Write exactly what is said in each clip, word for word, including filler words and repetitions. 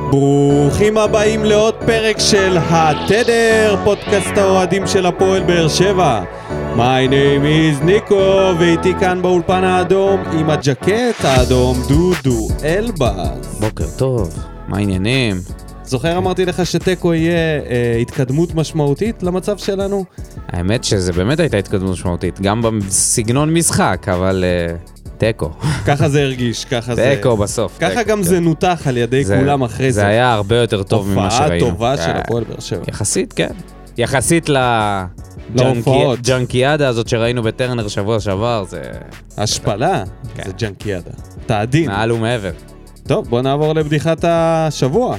ברוכים הבאים לעוד פרק של התדר, פודקאסט האוהדים של הפועל באר שבע. My name is ניקו, ואיתי כאן באולפן האדום עם הג'קט האדום דודו אלבאז. בוקר טוב, מה העניינים? זוכר אמרתי לך שטקו יהיה אה, התקדמות משמעותית למצב שלנו? האמת שזה באמת הייתה התקדמות משמעותית, גם בסגנון משחק, אבל אה, טקו. ככה זה הרגיש, ככה זה... טקו בסוף. ככה גם זה נותח על ידי כולם אחרי זה. זה היה הרבה יותר טוב ממה שראינו. הופעה טובה של הפועל באר שבע. יחסית, כן. יחסית להופעות. לג'נקיאדה הזאת שראינו בטרנר שבוע שעבר, זה... השפלה, זה ג'נקיאדה. תעדין. מעל ומעבר. טוב, בוא נעבור לבדיחת השבוע.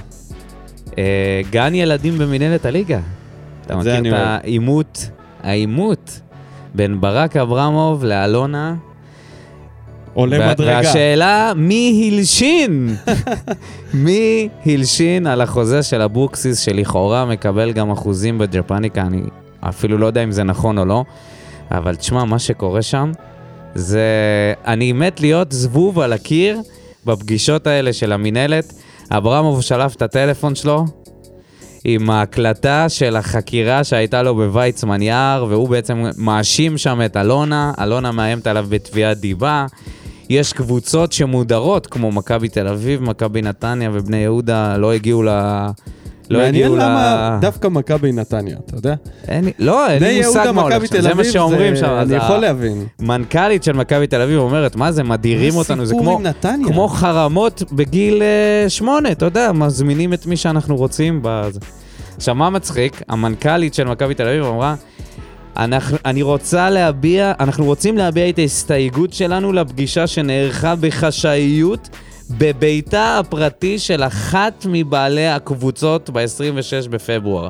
גן ילדים במנהלת הליגה. אתה מכיר את העימות, העימות בין ברק אברמוב לאלונה. עולה מדרגה. והשאלה, מי הלשין? מי הלשין על החוזה של הבוקסיס, שלכאורה מקבל גם אחוזים בג'פניקה? אני אפילו לא יודע אם זה נכון או לא, אבל תשמע, מה שקורה שם, זה... אני מת להיות זבוב על הקיר בפגישות האלה של המנהלת. אברמוב שלף את הטלפון שלו עם ההקלטה של החקירה שהייתה לו בוויצמן יער, והוא בעצם מאשים שם את אלונה, אלונה מאיימת עליו בתביעת דיבה. יש קבוצות שמודרות, כמו מכבי תל אביב, מכבי נתניה ובני יהודה, לא הגיעו ל... לא מעניין למה דווקא מכבי נתניה, אתה יודע? לא, אין לי מושג מה הולך שם, זה מה שאומרים שם. אני יכול להבין. מנכ"לית של מכבי תל אביב אומרת, מה זה, מדירים אותנו, זה כמו חרמות בגיל שמונה, אתה יודע, מזמינים את מי שאנחנו רוצים. עכשיו, מה מצחיק? המנכ"לית של מכבי תל אביב אמרה, אנחנו, אני רוצה להביע, אנחנו רוצים להביע את ההסתייגות שלנו לפגישה שנערכה בחשאיות בביתה הפרטי של אחת מבעלי הקבוצות ב-עשרים ושש בפברואר.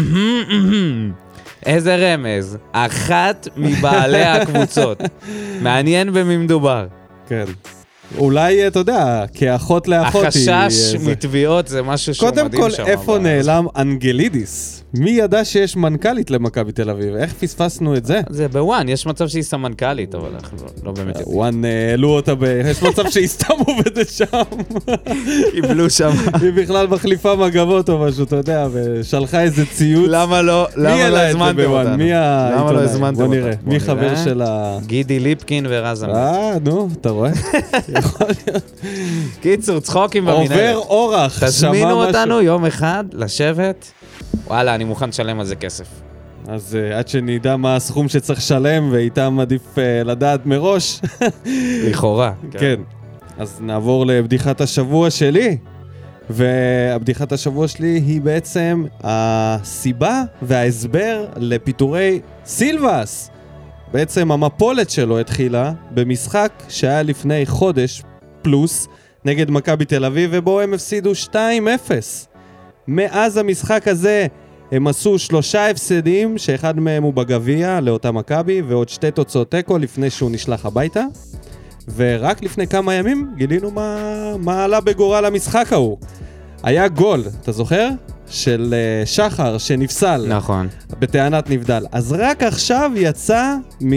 איזה רמז, אחת מבעלי הקבוצות. מעניין במי מדובר. כן. אולי, אתה יודע, כאחות לאחות היא... החשש מתביעות זה משהו שהוא מדהים שם. קודם כל, איפה נעלם אנגלידיס? מי ידע שיש מנכ"לית למכבי תל אביב? איך פספסנו את זה? זה בוואן, יש מצב שהיא סמנכ"לית, אבל אנחנו לא באמת יודעים. וואן, העלו אותה ב... יש מצב שהסתמו בזה שם. קיבלו שם. היא בכלל מחליפה מגבות או משהו, אתה יודע, ושלחה איזה ציוץ. למה לא הזמנתם אותנו? מי העיתונאי? למה לא הזמנתם אותנו? בוא נראה, מי חבר של ה... גידי ליפקין ורזם. אה, נו, אתה רואה? קיצור, צחוקים במנהלת. עובר אורח. תזמינו אותנו יום אחד לשבת. וואלה, אני מוכן לשלם על זה כסף. אז uh, עד שנדע מה הסכום שצריך לשלם, ואיתם עדיף uh, לדעת מראש. לכאורה. כן. כן. אז נעבור לבדיחת השבוע שלי. והבדיחת השבוע שלי היא בעצם הסיבה וההסבר לפיטורי סילבס. בעצם המפולת שלו התחילה במשחק שהיה לפני חודש פלוס נגד מכבי תל אביב, ובו הם הפסידו שתיים אפס. מאז המשחק הזה הם עשו שלושה הפסדים, שאחד מהם הוא בגביע לאותה מכבי, ועוד שתי תוצאות תיקו לפני שהוא נשלח הביתה. ורק לפני כמה ימים גילינו מה, מה עלה בגורל המשחק ההוא. היה גול, אתה זוכר? של uh, שחר שנפסל. נכון. בטענת נבדל. אז רק עכשיו יצא מ...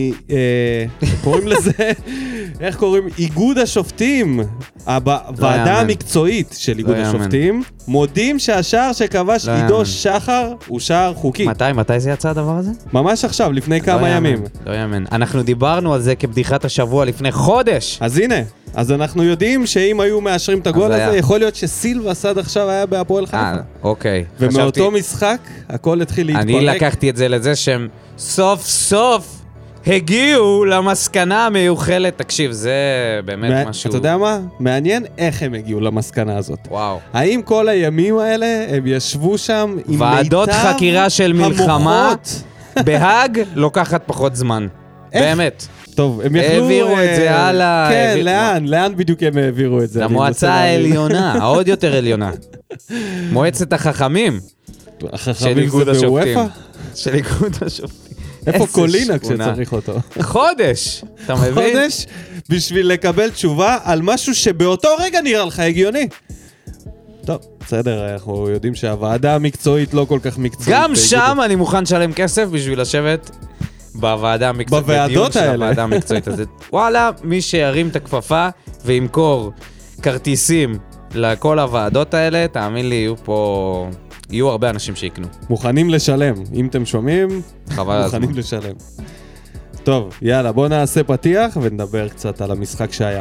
Uh, קוראים לזה... איך קוראים? איגוד השופטים. הוועדה המקצועית של איגוד השופטים. מודים שהשער שכבש עידו שחר הוא שער חוקי. מתי? מתי זה יצא הדבר הזה? ממש עכשיו, לפני כמה ימים. לא יאמן. אנחנו דיברנו על זה כבדיחת השבוע לפני חודש. אז הנה. אז אנחנו יודעים שאם היו מאשרים את הגול הזה, יכול להיות שסילבס עד עכשיו היה בהפועל חיפה. אוקיי. ומאותו משחק, הכל התחיל להתפרק. אני לקחתי את זה לזה שהם סוף סוף הגיעו למסקנה המיוחלת. תקשיב, זה באמת משהו... אתה יודע מה? מעניין איך הם הגיעו למסקנה הזאת. וואו. האם כל הימים האלה הם ישבו שם עם מיטב ועדות חקירה של מלחמה בהאג לוקחת פחות זמן. באמת. טוב, הם יכלו... העבירו את זה הלאה. כן, לאן? לאן בדיוק הם העבירו את זה? למועצה העליונה, העוד יותר עליונה. מועצת החכמים. החכמים זה בוואפה? של איגוד השופטים. איפה קולינה כשצריך אותו? חודש, אתה מבין? חודש בשביל לקבל תשובה על משהו שבאותו רגע נראה לך הגיוני. טוב, בסדר, אנחנו יודעים שהוועדה המקצועית לא כל כך מקצועית. גם שם אני מוכן לשלם כסף בשביל לשבת בוועדה המקצועית. בוועדות האלה. בוועדה המקצועית הזאת. וואלה, מי שירים את הכפפה וימכור כרטיסים לכל הוועדות האלה, תאמין לי, יהיו פה... יהיו הרבה אנשים שיקנו. מוכנים לשלם. אם אתם שומעים, מוכנים לשלם. טוב, יאללה, בוא נעשה פתיח ונדבר קצת על המשחק שהיה.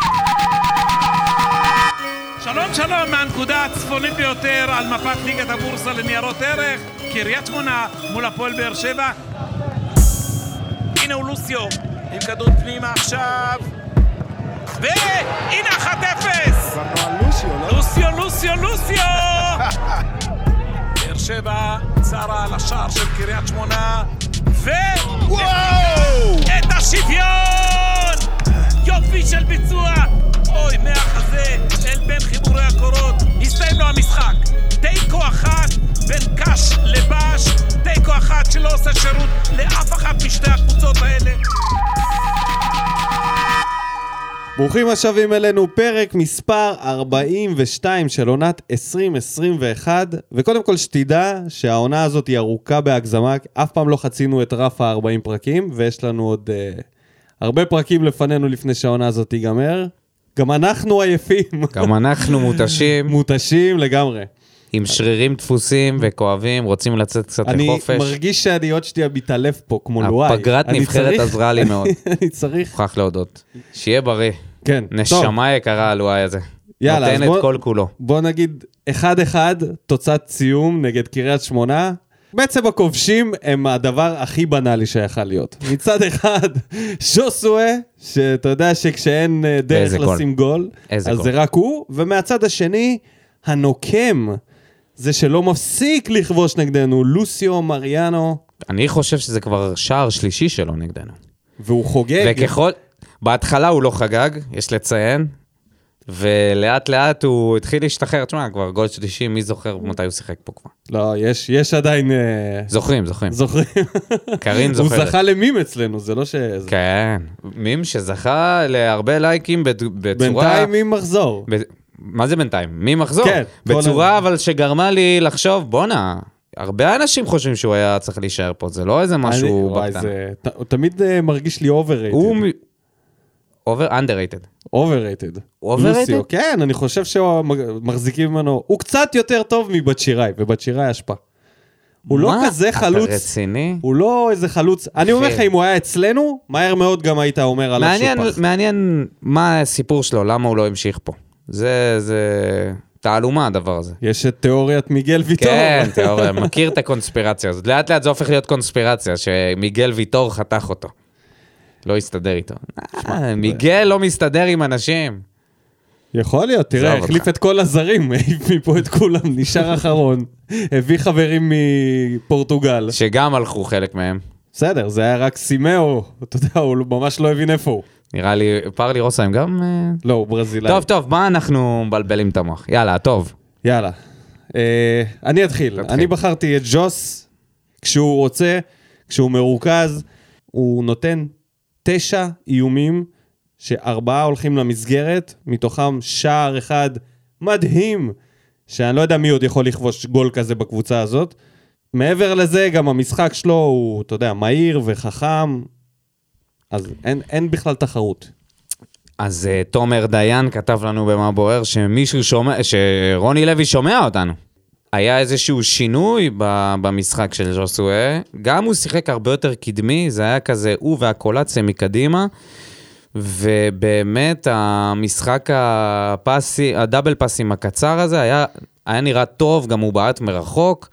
שלום שלום מהנקודה הצפונית ביותר על מפת ליגת הבורסה לניירות ערך, קריית שמונה מול הפועל באר שבע. הנה הוא לוסיו, עם כדור פנימה עכשיו. והנה אחת אפס! לוסיו, לוסיו, לוסיו! באר שבע צרה על השער של קריית שמונה. ו... וואו! את השוויון! יופי של ביצוע! אוי, מהחזה אל בין חיבורי הקורות, הסתיים לו המשחק. תיקו אחת בין קש לבש, תיקו אחת שלא עושה שירות לאף אחת משתי הקבוצות האלה. ברוכים השבים אלינו, פרק מספר ארבעים ושתיים של עונת עשרים עשרים ואחת, וקודם כל שתדע שהעונה הזאת היא ארוכה בהגזמה, אף פעם לא חצינו את רף ה-ארבעים פרקים, ויש לנו עוד uh, הרבה פרקים לפנינו לפני שהעונה הזאת תיגמר. גם אנחנו עייפים. גם אנחנו מותשים. מותשים לגמרי. עם שרירים דפוסים וכואבים, רוצים לצאת קצת לחופש. אני מרגיש שאני עוד שתהיה מתעלף פה כמו לואי. הפגרת נבחרת עזרה לי מאוד. אני צריך. מוכרח להודות. שיהיה בריא. כן. נשמה יקרה הלואי הזה. יאללה, נותן את כל כולו. בוא נגיד אחד אחד, תוצאת סיום נגד קריית שמונה. בעצם הכובשים הם הדבר הכי בנאלי שיכל להיות. מצד אחד, ז'וסואה, שאתה יודע שכשאין דרך לשים גול, אז זה רק הוא, ומהצד השני, הנוקם, זה שלא מפסיק לכבוש נגדנו, לוסיו מריאנו. אני חושב שזה כבר שער שלישי שלו נגדנו. והוא חוגג. וככל, בהתחלה הוא לא חגג, יש לציין, ולאט לאט הוא התחיל להשתחרר, תשמע, כבר גול שלישי, מי זוכר מתי הוא שיחק פה כבר? לא, יש, יש עדיין... זוכרים, זוכרים. זוכרים. קרין זוכרת. הוא זכה למים אצלנו, זה לא ש... כן, מים שזכה להרבה לייקים בצורה... בינתיים מים מחזור. ב... מה זה בינתיים? מים מחזור? כן. בצורה אבל שגרמה לי לחשוב, בונה, הרבה אנשים חושבים שהוא היה צריך להישאר פה, זה לא איזה משהו בקטן. זה... הוא תמיד מרגיש לי overrated. הוא... over underrated. overrated. overrated? כן, אני חושב שמחזיקים ממנו, הוא קצת יותר טוב מבת שיראי, ובת שיראי השפעה. הוא לא כזה חלוץ. אתה רציני? הוא לא איזה חלוץ. אני אומר לך, אם הוא היה אצלנו, מהר מאוד גם היית אומר עליו שופח. מעניין מה הסיפור שלו, למה הוא לא המשיך פה. זה, זה תעלומה הדבר הזה. יש את תיאוריית מיגל ויטור. כן, תיאוריה, מכיר את הקונספירציה הזאת. לאט לאט זה הופך להיות קונספירציה, שמיגל ויטור חתך אותו. לא יסתדר איתו. מיגל לא מסתדר עם אנשים. יכול להיות, תראה, החליף את כל הזרים, העיף מפה את כולם, נשאר אחרון, הביא חברים מפורטוגל. שגם הלכו חלק מהם. בסדר, זה היה רק סימאו, אתה יודע, הוא ממש לא הבין איפה הוא. נראה לי, פרלי רוסה הם גם... לא, הוא ברזילאי. טוב, טוב, מה אנחנו מבלבלים את המוח? יאללה, טוב. יאללה. אני אתחיל. אני בחרתי את ג'וס, כשהוא רוצה, כשהוא מרוכז, הוא נותן תשע איומים, שארבעה הולכים למסגרת, מתוכם שער אחד מדהים, שאני לא יודע מי עוד יכול לכבוש גול כזה בקבוצה הזאת. מעבר לזה, גם המשחק שלו הוא, אתה יודע, מהיר וחכם, אז אין, אין בכלל תחרות. אז uh, תומר דיין כתב לנו במה בוער, שמישהו שומע, שרוני לוי שומע אותנו. היה איזשהו שינוי במשחק של ז'וסואה, גם הוא שיחק הרבה יותר קדמי, זה היה כזה הוא והקולציה מקדימה, ובאמת המשחק הפסי, הדאבל פסים הקצר הזה, היה, היה נראה טוב, גם הוא בעט מרחוק,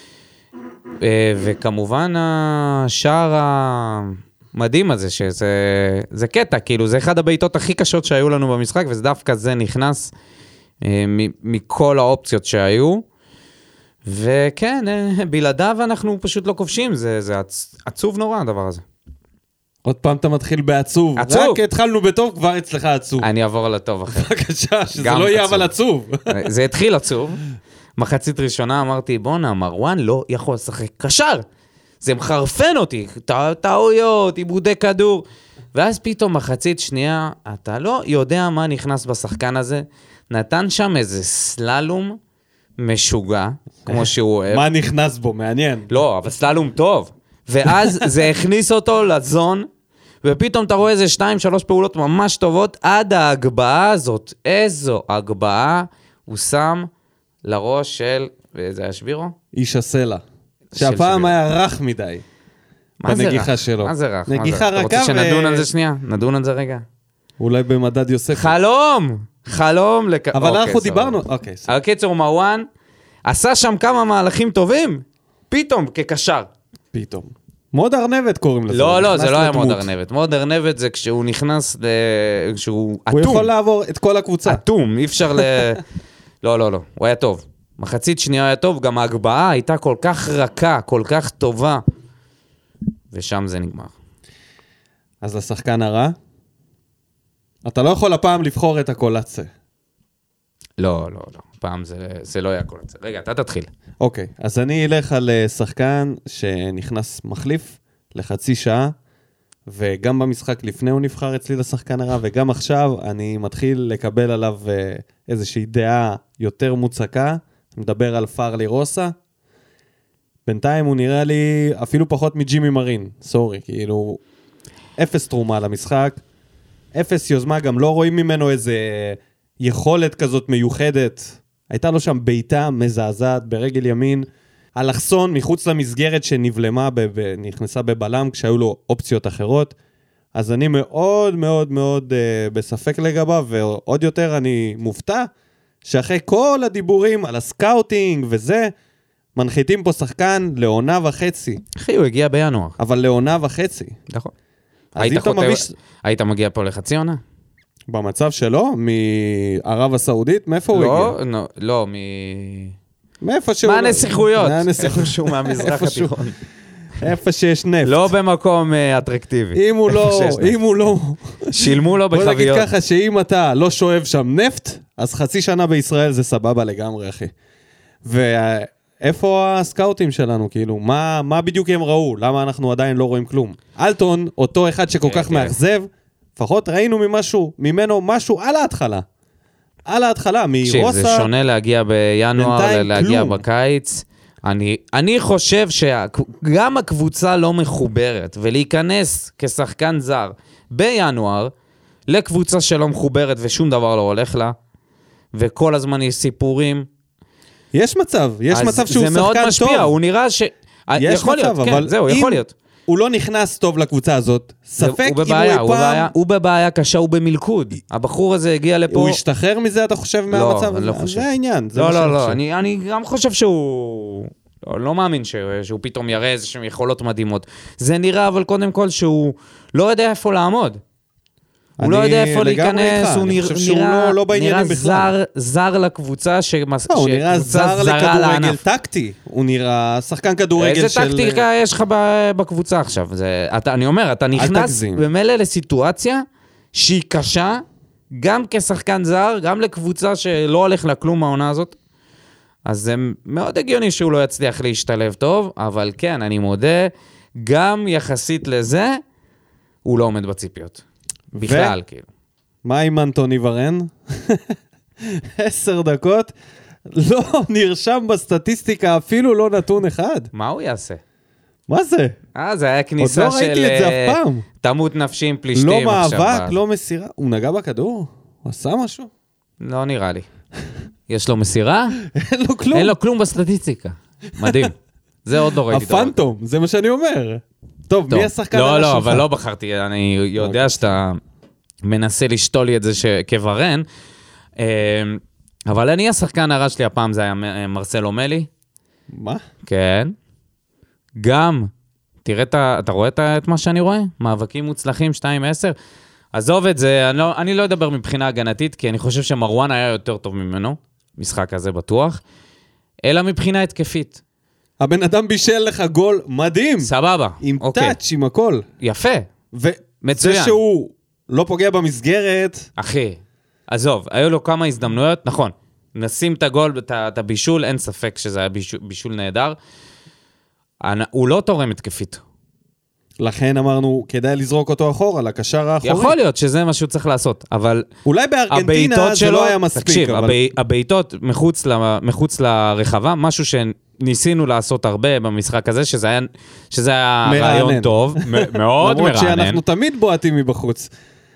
וכמובן השער המדהים הזה, שזה זה קטע, כאילו זה אחד הבעיטות הכי קשות שהיו לנו במשחק, וזה דווקא זה נכנס מכל האופציות שהיו, וכן, בלעדיו אנחנו פשוט לא כובשים, זה, זה עצוב נורא הדבר הזה. עוד פעם אתה מתחיל בעצוב. עצוב. רק התחלנו בטוב, כבר אצלך עצוב. אני אעבור על הטוב אחר. בבקשה, שזה לא יהיה אבל עצוב. זה התחיל עצוב. מחצית ראשונה אמרתי, בונה, מרואן לא יכול לשחק קשר. זה מחרפן אותי, טעויות, עיבודי כדור. ואז פתאום מחצית שנייה, אתה לא יודע מה נכנס בשחקן הזה. נתן שם איזה סללום משוגע, כמו שהוא אוהב. מה נכנס בו, מעניין. לא, אבל סללום טוב. ואז זה הכניס אותו לזון, ופתאום אתה רואה איזה שתיים, שלוש פעולות ממש טובות, עד ההגבהה הזאת. איזו הגבהה, הוא שם לראש של, וזה היה שבירו? איש הסלע. שהפעם היה רך מדי. מה זה בנגיחה רך? שלו. מה זה רך? נגיחה רכה ו... אתה רוצה שנדון על זה שנייה? נדון על זה רגע. אולי במדד יוסף. חלום! חלום לק... אבל אוקיי, אנחנו סבבה. דיברנו... אוקיי, סבבה. הקיצור, מרואן עשה שם כמה מהלכים טובים, פתאום, כקשר. פתאום. מוד ארנבת קוראים לזה. לא, לא, זה לא היה לדמות. מוד ארנבת. מוד ארנבת זה כשהוא נכנס, ל... כשהוא הוא אטום. יכול לעבור את כל הקבוצה. אטום, אי אפשר ל... לא, לא, לא, הוא היה טוב. מחצית שנייה היה טוב, גם ההגבהה הייתה כל כך רכה, כל כך טובה. ושם זה נגמר. אז לשחקן הרע? אתה לא יכול הפעם לבחור את הקולצה. לא, לא, לא. פעם זה, זה לא היה כל זה. רגע, אתה תתחיל. אוקיי, אז אני אלך על שחקן שנכנס מחליף לחצי שעה, וגם במשחק לפני הוא נבחר אצלי לשחקן הרע, וגם עכשיו אני מתחיל לקבל עליו איזושהי דעה יותר מוצקה, מדבר על פארלי רוסה, בינתיים הוא נראה לי אפילו פחות מג'ימי מרין, סורי, כאילו אפס תרומה למשחק, אפס יוזמה, גם לא רואים ממנו איזה יכולת כזאת מיוחדת, הייתה לו שם ביתה מזעזעת ברגל ימין, אלכסון מחוץ למסגרת שנבלמה, ב- ב- נכנסה בבלם כשהיו לו אופציות אחרות, אז אני מאוד מאוד מאוד uh, בספק לגביו, ועוד יותר אני מופתע, שאחרי כל הדיבורים על הסקאוטינג וזה, מנחיתים פה שחקן לעונה וחצי. אחי, הוא הגיע בינואר. אבל לעונה וחצי. נכון. אז היית, אם אתה חוטב... מביש... היית מגיע פה לחצי עונה? במצב שלו, מערב הסעודית, מאיפה הוא לא, הגיע? לא, לא, מ... מאיפה שהוא... מהנסיכויות. מהנסיכויות. איפשהו מהמזרח איפשהו. התיכון. איפה שיש נפט. לא במקום uh, אטרקטיבי. אם הוא לא, אם הוא לא... שילמו לו בוא נגיד בחביות. ככה, שאם אתה לא שואב שם נפט, אז חצי שנה בישראל זה סבבה לגמרי, אחי. ואיפה הסקאוטים שלנו, כאילו? מה, מה בדיוק הם ראו? למה אנחנו עדיין לא רואים כלום? אלטון, אותו אחד שכל כך מאכזב, לפחות ראינו ממשהו, ממנו משהו על ההתחלה. על ההתחלה, תקשיב, מרוסה... זה שונה להגיע בינואר, בינתיים להגיע כלום. בקיץ. אני, אני חושב שגם הקבוצה לא מחוברת, ולהיכנס כשחקן זר בינואר, לקבוצה שלא מחוברת ושום דבר לא הולך לה, וכל הזמן יש סיפורים. יש מצב, יש מצב שהוא שחקן טוב. זה מאוד משפיע, הוא נראה ש... יש יכול מצב, להיות, אבל כן, זהו, אם יכול להיות. הוא לא נכנס טוב לקבוצה הזאת, ספק הוא אם בבעיה, הוא אי פעם... בבעיה, הוא בבעיה קשה, הוא במלכוד. הבחור הזה הגיע לפה... הוא השתחרר מזה, אתה חושב, מהמצב? אני לא חושב. זה העניין. זה לא, מה לא, שאני לא, חושב. אני, אני גם חושב שהוא... לא, לא מאמין ש... שהוא פתאום יראה איזשהם יכולות מדהימות. זה נראה, אבל קודם כל שהוא לא יודע איפה לעמוד. הוא לא יודע איפה להיכנס, הוא נראה, נראה, לא, לא נראה בכלל. זר, זר לקבוצה שמס... לא, הוא נראה זר לכדורגל לענף. טקטי, הוא נראה שחקן כדורגל איזה של... איזה טקטיקה יש לך בקבוצה עכשיו? זה, אתה, אני אומר, אתה נכנס תגזים. במילא לסיטואציה שהיא קשה, גם כשחקן זר, גם לקבוצה שלא הולך לה כלום מהעונה הזאת, אז זה מאוד הגיוני שהוא לא יצליח להשתלב טוב, אבל כן, אני מודה, גם יחסית לזה, הוא לא עומד בציפיות. בכלל, ו... כאילו. מה עם אנטוני ורן? עשר דקות, לא נרשם בסטטיסטיקה אפילו לא נתון אחד. מה הוא יעשה? מה זה? אה, זה היה כניסה של... עוד לא ראיתי את זה אף פעם. תמות נפשי עם פלישתים. לא עכשיו. מאבק, לא מסירה. הוא נגע בכדור? הוא עשה משהו? לא נראה לי. יש לו מסירה? אין לו כלום. אין לו כלום בסטטיסטיקה. מדהים. זה עוד לא ראיתי. הפנטום, זה מה שאני אומר. טוב, טוב. מי השחקן לא, על לא, השולחן? אבל לא בחרתי. אני יודע שאתה מנסה לשתול לי את זה ש... כברן. אבל אני, השחקן הרע שלי הפעם זה היה מרסלו מלי. מה? כן. גם, תראה, אתה, אתה רואה את מה שאני רואה? מאבקים מוצלחים שתיים עשר. עזוב את זה, אני לא, אני לא אדבר מבחינה הגנתית, כי אני חושב שמרואן היה יותר טוב ממנו, משחק הזה בטוח, אלא מבחינה התקפית. הבן אדם בישל לך גול מדהים. סבבה. עם אוקיי. טאץ', עם הכל. יפה. וזה מצוין. שהוא לא פוגע במסגרת... אחי, עזוב, היו לו כמה הזדמנויות, נכון, נשים את הגול, את הבישול, אין ספק שזה היה בישול, בישול נהדר, הוא לא תורם התקפית. לכן אמרנו, כדאי לזרוק אותו אחורה, לקשר האחורי. יכול להיות שזה מה שהוא צריך לעשות, אבל... אולי בארגנטינה זה שלו, לא היה מספיק. תקשיב, אבל... הבי, הביתות מחוץ, ל, מחוץ לרחבה, משהו שניסינו לעשות הרבה במשחק הזה, שזה היה, שזה היה רעיון טוב, מאוד מרענן. למרות שאנחנו תמיד בועטים מבחוץ.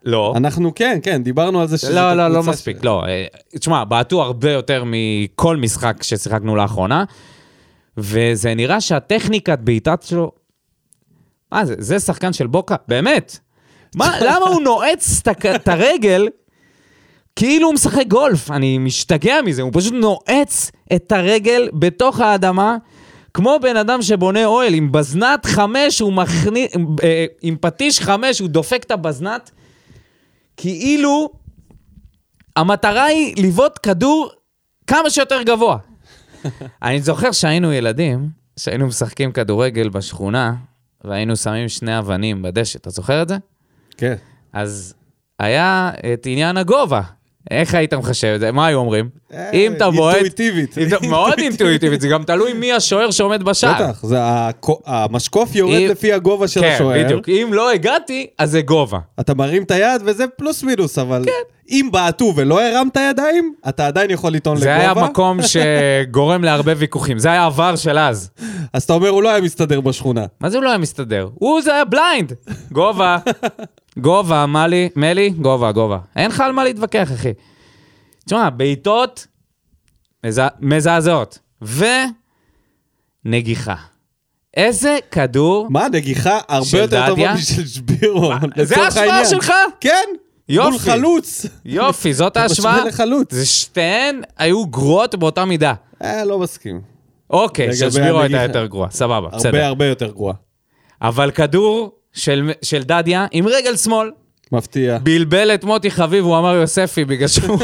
לא. אנחנו כן, כן, דיברנו על זה שזה... לא, לא, לא מספיק, לא. תשמע, בעטו הרבה יותר מכל משחק ששיחקנו לאחרונה, וזה נראה שהטכניקת בעיטת שלו... מה זה? זה שחקן של בוקה? באמת? מה, למה הוא נועץ את הרגל כאילו הוא משחק גולף? אני משתגע מזה, הוא פשוט נועץ את הרגל בתוך האדמה, כמו בן אדם שבונה אוהל, עם בזנת חמש, הוא מכניס, עם פטיש חמש, הוא דופק את הבזנת, כאילו המטרה היא לבעוט כדור כמה שיותר גבוה. אני זוכר שהיינו ילדים, שהיינו משחקים כדורגל בשכונה, והיינו שמים שני אבנים בדשא, אתה זוכר את זה? כן. אז היה את עניין הגובה. איך היית מחשב את זה? מה היו אומרים? אם אתה בועט... אינטואיטיבית. מאוד אינטואיטיבית, זה גם תלוי מי השוער שעומד בשער. בטח, המשקוף יורד לפי הגובה של השוער. כן, בדיוק. אם לא הגעתי, אז זה גובה. אתה מרים את היד וזה פלוס מינוס, אבל אם בעטו ולא הרמת הידיים, אתה עדיין יכול לטעון לגובה. זה היה מקום שגורם להרבה ויכוחים. זה היה עבר של אז. אז אתה אומר, הוא לא היה מסתדר בשכונה. מה זה הוא לא היה מסתדר? הוא זה היה בליינד. גובה. גובה, מלי, מלי, גובה, גובה. אין לך על מה להתווכח, אחי. תשמע, בעיטות מזעזעות. ונגיחה. איזה כדור... מה, נגיחה הרבה יותר טובה בשביל שבירו. זה ההשוואה שלך? כן. יופי. מול חלוץ. יופי, זאת ההשוואה. זה שתיהן היו גרועות באותה מידה. אה, לא מסכים. אוקיי, ששבירו הייתה יותר גרועה. סבבה, בסדר. הרבה הרבה יותר גרועה. אבל כדור של, של דדיה עם רגל שמאל. מפתיע. בלבל את מוטי חביב, הוא אמר יוספי, בגלל שהוא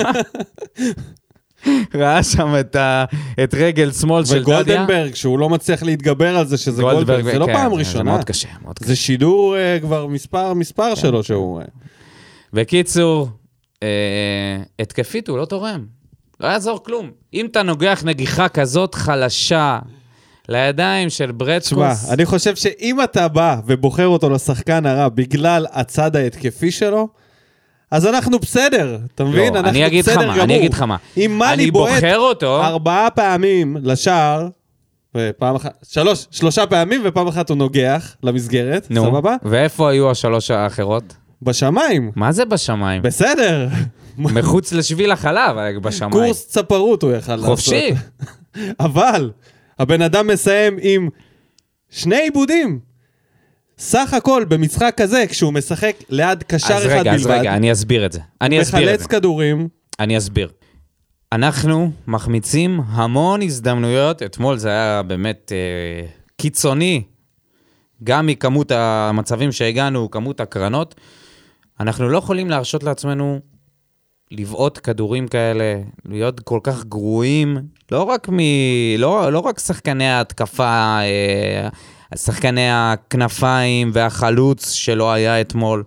ראה שם את, ה, את רגל שמאל של דדיה. וגולדנברג, שהוא לא מצליח להתגבר על זה שזה גולדנברג, גולדנברג זה לא כן, פעם ראשונה. זה מאוד קשה, מאוד קשה. זה שידור uh, כבר מספר, מספר כן. שלו שהוא... בקיצור, uh, התקפית הוא לא תורם. לא יעזור כלום. אם אתה נוגח נגיחה כזאת חלשה... לידיים של ברדקוס. תשמע, אני חושב שאם אתה בא ובוחר אותו לשחקן הרע בגלל הצד ההתקפי שלו, אז אנחנו בסדר, אתה מבין? אנחנו בסדר גמור. אני אגיד לך מה. אם מאלי בועט ארבעה פעמים לשער, ופעם אחת, שלוש, שלושה פעמים ופעם אחת הוא נוגח למסגרת, סבבה? ואיפה היו השלוש האחרות? בשמיים. מה זה בשמיים? בסדר. מחוץ לשביל החלב, בשמיים. קורס צפרות הוא יכל לעשות. חופשי. אבל... הבן אדם מסיים עם שני עיבודים. סך הכל במשחק כזה, כשהוא משחק ליד קשר אחד בלבד. אז רגע, אז רגע, אני אסביר את זה. אני אסביר את זה. מחלץ כדורים. אני אסביר. אנחנו מחמיצים המון הזדמנויות. אתמול זה היה באמת אה, קיצוני. גם מכמות המצבים שהגענו, כמות הקרנות. אנחנו לא יכולים להרשות לעצמנו לבעוט כדורים כאלה, להיות כל כך גרועים, לא רק מ... לא, לא רק שחקני ההתקפה, אה, שחקני הכנפיים והחלוץ שלא היה אתמול,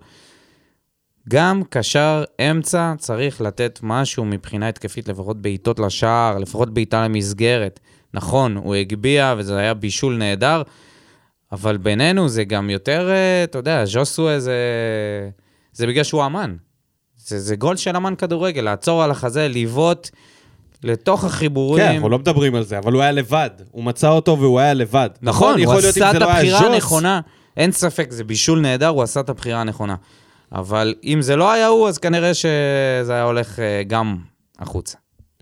גם קשר אמצע צריך לתת משהו מבחינה התקפית, לפחות בעיטות לשער, לפחות בעיטה למסגרת. נכון, הוא הגביע וזה היה בישול נהדר, אבל בינינו זה גם יותר, אתה יודע, ז'וסווה זה, זה בגלל שהוא אמן. זה, זה גול של אמן כדורגל, לעצור על החזה, ליוות לתוך החיבורים. כן, אנחנו לא מדברים על זה, אבל הוא היה לבד. הוא מצא אותו והוא היה לבד. נכון, הוא עשה את הבחירה הנכונה. אין ספק, זה בישול נהדר, הוא עשה את הבחירה הנכונה. אבל אם זה לא היה הוא, אז כנראה שזה היה הולך גם החוצה.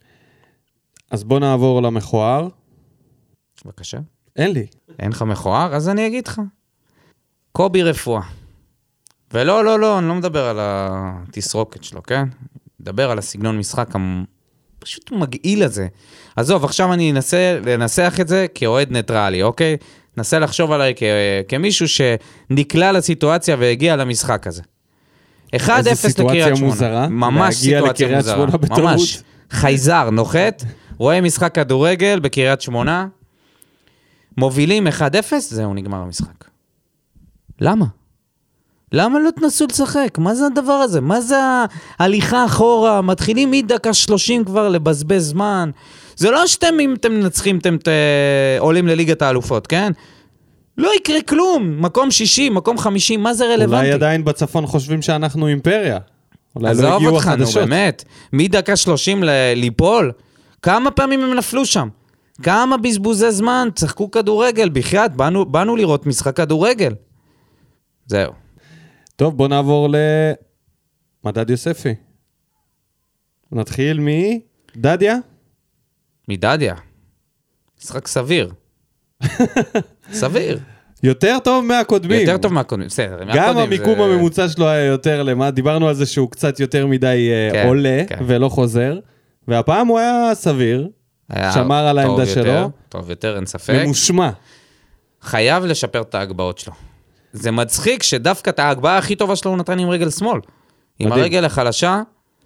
אז בוא נעבור למכוער. בבקשה. אין לי. אין לך מכוער? אז אני אגיד לך. קובי רפואה. ולא, לא, לא, אני לא מדבר על התסרוקת שלו, כן? מדבר על הסגנון משחק הפשוט מגעיל הזה. עזוב, עכשיו אני אנסה לנסח את זה כאוהד ניטרלי, אוקיי? נסה לחשוב עליי כ- כמישהו שנקלע לסיטואציה והגיע למשחק הזה. אחד אפס לקריית שמונה. מוזרה, ממש סיטואציה מוזרה. ממש. חייזר, נוחת, רואה משחק כדורגל בקריית שמונה, מובילים אחד אפס, זהו, נגמר המשחק. למה? למה לא תנסו לשחק? מה זה הדבר הזה? מה זה ההליכה אחורה? מתחילים מדקה שלושים כבר לבזבז זמן. זה לא שאתם, אם אתם מנצחים, אתם ת... עולים לליגת האלופות, כן? לא יקרה כלום. מקום שישי, מקום חמישי, מה זה רלוונטי? אולי עדיין בצפון חושבים שאנחנו אימפריה. אולי לא הגיעו החדשות. נו, באמת. מדקה שלושים ליפול, כמה פעמים הם נפלו שם? כמה בזבוזי זמן? צחקו כדורגל, בחייאת, באנו, באנו לראות משחק כדורגל. זהו. טוב, בוא נעבור מדד יוספי. נתחיל מדדיה? מדדיה. משחק סביר. סביר. יותר טוב מהקודמים. יותר טוב מהקודמים, בסדר. גם המיקום זה... הממוצע שלו היה יותר למה, דיברנו על זה שהוא קצת יותר מדי כן, עולה כן. ולא חוזר, והפעם הוא היה סביר, היה שמר על העמדה יותר, שלו. טוב יותר, אין ספק. ממושמע. חייב לשפר את ההגבהות שלו. זה מצחיק שדווקא את ההגבהה הכי טובה שלו הוא נתן עם רגל שמאל. עם מדהים. הרגל החלשה,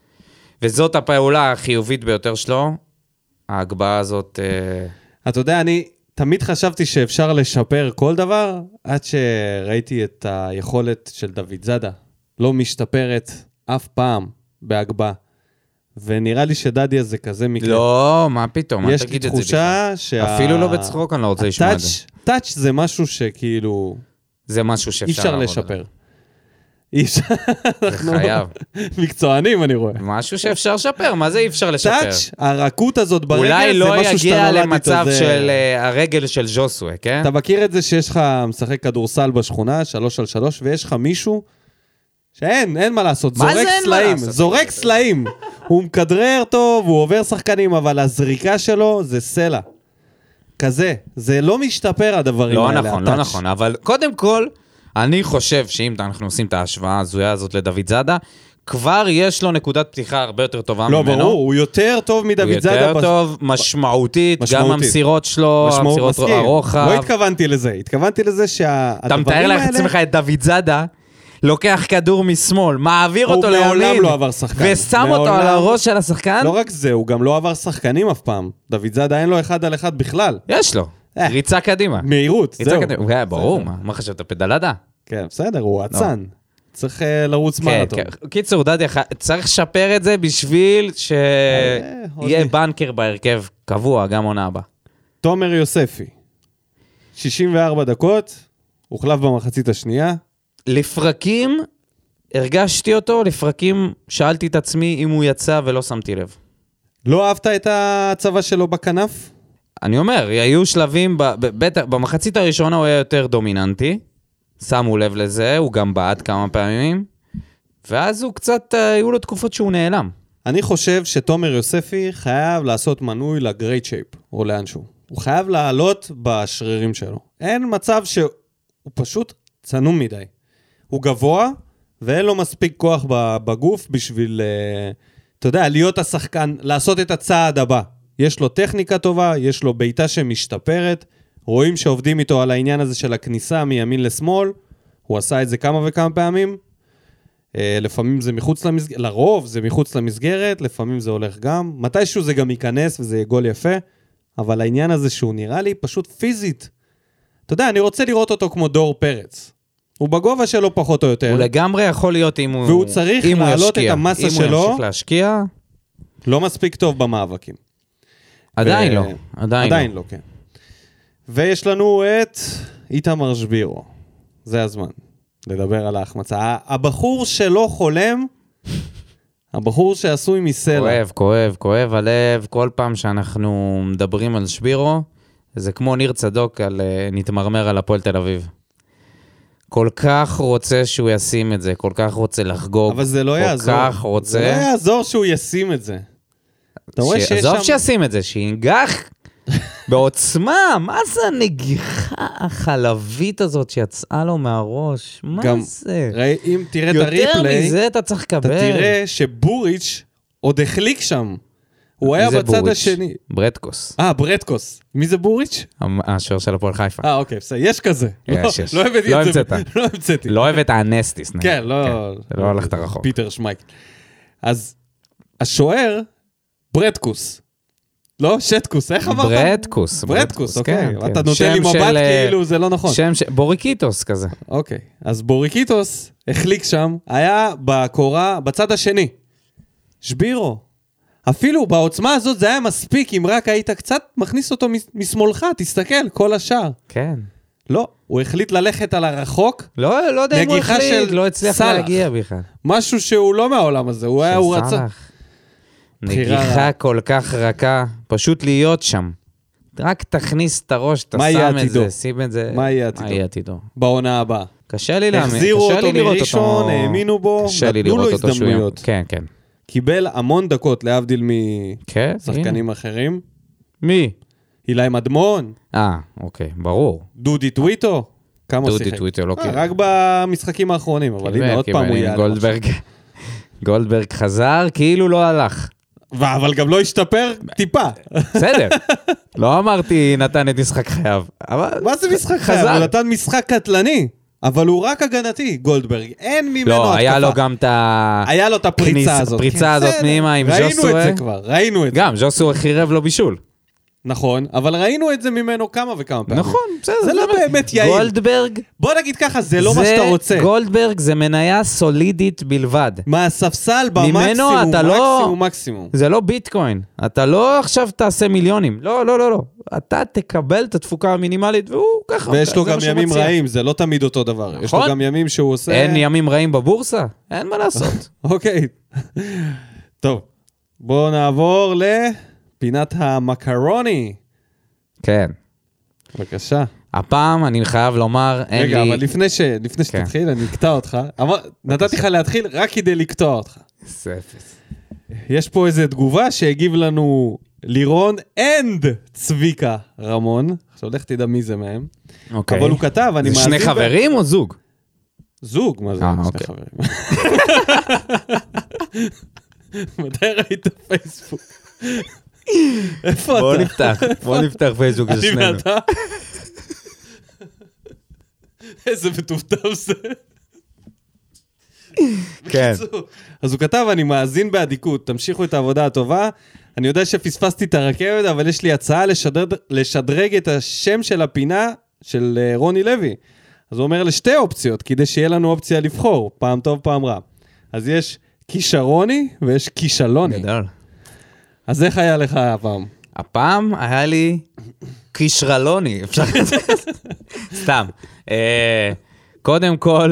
וזאת הפעולה החיובית ביותר שלו, ההגבהה הזאת... אתה יודע, אני תמיד חשבתי שאפשר לשפר כל דבר, עד שראיתי את היכולת של דוד זאדה. לא משתפרת אף פעם בהגבהה. ונראה לי שדדיה זה כזה מקרה. לא, מה פתאום? יש לי תחושה שה... אפילו לא בצחוק, אני לא רוצה לשמוע את זה. טאץ' זה משהו שכאילו... זה משהו שאפשר לעבוד. אי אפשר לשפר. אי אפשר... זה חייב. מקצוענים, אני רואה. משהו שאפשר לשפר, מה זה אי אפשר לשפר? טאץ', הרכות הזאת ברגל, אולי זה לא משהו שאתה נולד איתו. אולי לא יגיע למצב של הרגל של ז'וסווה, כן? אתה מכיר את זה שיש לך משחק כדורסל בשכונה, שלוש על שלוש, ויש לך מישהו שאין, אין מה לעשות, זורק סלעים, זורק סלעים. הוא מכדרר טוב, הוא עובר שחקנים, אבל הזריקה שלו זה סלע. כזה, זה לא משתפר הדברים האלה. לא נכון, לא נכון, אבל קודם כל, אני חושב שאם אנחנו עושים את ההשוואה הזויה הזאת לדוד זאדה, כבר יש לו נקודת פתיחה הרבה יותר טובה ממנו. לא, ברור, הוא יותר טוב מדוד זאדה. הוא יותר טוב, משמעותית, גם המסירות שלו, המסירות הרוחב. לא התכוונתי לזה, התכוונתי לזה שהדברים האלה... אתה מתאר לעצמך את דוד זאדה, לוקח כדור משמאל, מעביר אותו לימין, הוא מעולם לא עבר שחקן. ושם אותו על הראש של השחקן. לא רק זה, הוא גם לא עבר שחקנים אף פעם. דוד זאדה אין לו אחד על אחד בכלל. יש לו, ריצה קדימה. מהירות, זהו. ברור, מה חשבת, פדלדה? כן, בסדר, הוא עצן. צריך לרוץ מרתון. קיצור, דדיה, צריך לשפר את זה בשביל שיהיה בנקר בהרכב קבוע, גם עונה הבא. תומר יוספי, שישים וארבע דקות, הוחלף במחצית השנייה. לפרקים, הרגשתי אותו, לפרקים שאלתי את עצמי אם הוא יצא ולא שמתי לב. לא אהבת את הצבא שלו בכנף? אני אומר, היו שלבים, בטח, במחצית הראשונה הוא היה יותר דומיננטי, שמו לב לזה, הוא גם בעד כמה פעמים, ואז הוא קצת, היו לו תקופות שהוא נעלם. אני חושב שתומר יוספי חייב לעשות מנוי לגרייט שייפ, או לאנשהו. הוא חייב לעלות בשרירים שלו. אין מצב שהוא פשוט צנום מדי. הוא גבוה, ואין לו מספיק כוח בגוף בשביל, אתה יודע, להיות השחקן, לעשות את הצעד הבא. יש לו טכניקה טובה, יש לו ביתה שמשתפרת, רואים שעובדים איתו על העניין הזה של הכניסה מימין לשמאל, הוא עשה את זה כמה וכמה פעמים, לפעמים זה מחוץ למסגרת, לרוב זה מחוץ למסגרת, לפעמים זה הולך גם, מתישהו זה גם ייכנס וזה גול יפה, אבל העניין הזה שהוא נראה לי פשוט פיזית. אתה יודע, אני רוצה לראות אותו כמו דור פרץ. הוא בגובה שלו פחות או יותר. הוא לגמרי יכול להיות אם הוא והוא צריך להעלות את המסה שלו. אם הוא ימשיך להשקיע. לא מספיק טוב במאבקים. עדיין לא. עדיין לא, כן. ויש לנו את איתמר שבירו. זה הזמן לדבר על ההחמצה. הבחור שלא חולם, הבחור שעשוי מסלע. כואב, כואב, כואב הלב. כל פעם שאנחנו מדברים על שבירו, זה כמו ניר צדוק על נתמרמר על הפועל תל אביב. כל כך רוצה שהוא ישים את זה, כל כך רוצה לחגוג. אבל זה לא יעזור. כל כך רוצה... זה לא יעזור שהוא ישים את זה. אתה רואה שיש שם... עזוב שישים את זה, שינגח בעוצמה. מה זה הנגיחה החלבית הזאת שיצאה לו מהראש? מה גם, זה? ראי, אם תראה את הריפלי... יותר מזה אתה צריך לקבל. אתה תראה שבוריץ' עוד החליק שם. הוא היה בצד בוריץ'? השני. ברטקוס. אה, ברטקוס. מי זה בוריץ'? השוער של הפועל חיפה. אה, אוקיי, בסדר. יש כזה. יש, יש. לא הבאתי לא את זה. המצאת. לא המצאתי. לא הבאת הנסטיס. כן, לא... לא הלכת רחוק. פיטר שמייק. אז השוער, ברטקוס. לא? שטקוס, איך אמרת? ברטקוס. ברטקוס, אוקיי. אתה נותן לי מבט כאילו זה לא נכון. שם, בוריקיטוס כזה. אוקיי. אז בוריקיטוס החליק שם, היה בקורה, בצד השני. שבירו. אפילו בעוצמה הזאת זה היה מספיק, אם רק היית קצת מכניס אותו משמאלך, תסתכל, כל השאר. כן. לא, הוא החליט ללכת על הרחוק. לא, לא יודע אם הוא החליט, לא הצליח להגיע בכלל. משהו שהוא לא מהעולם הזה, הוא היה, הוא רצה. נגיחה כל כך רכה, פשוט להיות שם. רק תכניס את הראש, אתה שם את זה, שים את זה. מה יהיה עתידו? מה יהיה עתידו? בעונה הבאה. קשה לי להאמין, החזירו קשה לי אותו לראות אותו. מראשון, האמינו בו, קשה לי נתנו לו לראות אותו שהוא יום. הזדמנויות. כן, כן. קיבל המון דקות להבדיל כן, משחקנים אחרים. מי? אילי מדמון, אה, אוקיי, ברור. דודי טוויטו, כמה דודי שיחק? טוויטו לא אה, קיבל. רק במשחקים האחרונים, אבל הנה עוד פעם הוא יעלה. גולדברג, גולדברג חזר, כאילו לא הלך. ו- אבל גם לא השתפר טיפה. בסדר. לא אמרתי נתן את משחק חייו, אבל מה זה משחק חייב? חזר. הוא נתן משחק קטלני, אבל הוא רק הגנתי, גולדברג. אין ממנו התקפה. לא, היה לו גם את ה... היה לו את הפריצה הזאת. פריצה כן, הזאת בסדר. פנימה עם ראינו ז'וסואה. את זה כבר, ראינו את זה. גם, ז'וסואה חירב לו בישול. נכון, אבל ראינו את זה ממנו כמה וכמה פעמים. נכון, בסדר. זה לא באמת יעיל. גולדברג, בוא נגיד ככה, זה לא מה שאתה רוצה. גולדברג זה מניה סולידית בלבד. מהספסל ממנו במקסימום, אתה לא- מקסימום, מקסימום. זה לא ביטקוין. אתה לא עכשיו תעשה מיליונים. לא, לא, לא, לא. אתה תקבל את התפוקה המינימלית, והוא ככה. ויש לו זה גם מה שהוא ימים מציע. רעים, זה לא תמיד אותו דבר. יש לו נכון. גם ימים שהוא עושה... אין ימים רעים בבורסה? אין מה לעשות. אוקיי. טוב, בואו נעבור לפינת המקרוני. כן. בבקשה. הפעם אני חייב לומר, אין רגע, לי... אבל לפני ש- לפני כן. שתתחיל, אני אקטע אותך. אמר- נתתי לך להתחיל רק כדי לקטוע אותך. ספס. יש פה איזו תגובה שהגיב לנו לירון אנד צביקה רמון. עכשיו לך תדע מי זה מהם. אוקיי. אבל הוא כתב, אני זה מאזין... שני ב- חברים או זוג? זוג, מה זה? אה, שני אוקיי. חברים. מתי ראית פייסבוק? איפה בוא אתה? נפתח, בוא נפתח פייסבוק אני לשנינו. ואתה? איזה מטומטם זה. כן. בקיצור, אז הוא כתב, אני מאזין באדיקות, תמשיכו את העבודה הטובה. אני יודע שפספסתי את הרכבת, אבל יש לי הצעה לשדרג, לשדרג את השם של הפינה של אה, רוני לוי. אז הוא אומר לשתי אופציות, כדי שיהיה לנו אופציה לבחור, פעם טוב, פעם רע. אז יש כישרוני ויש כישלוני. גדול. אז איך היה לך הפעם? הפעם היה לי כישרלוני, אפשר לזה? סתם. אה, קודם כל,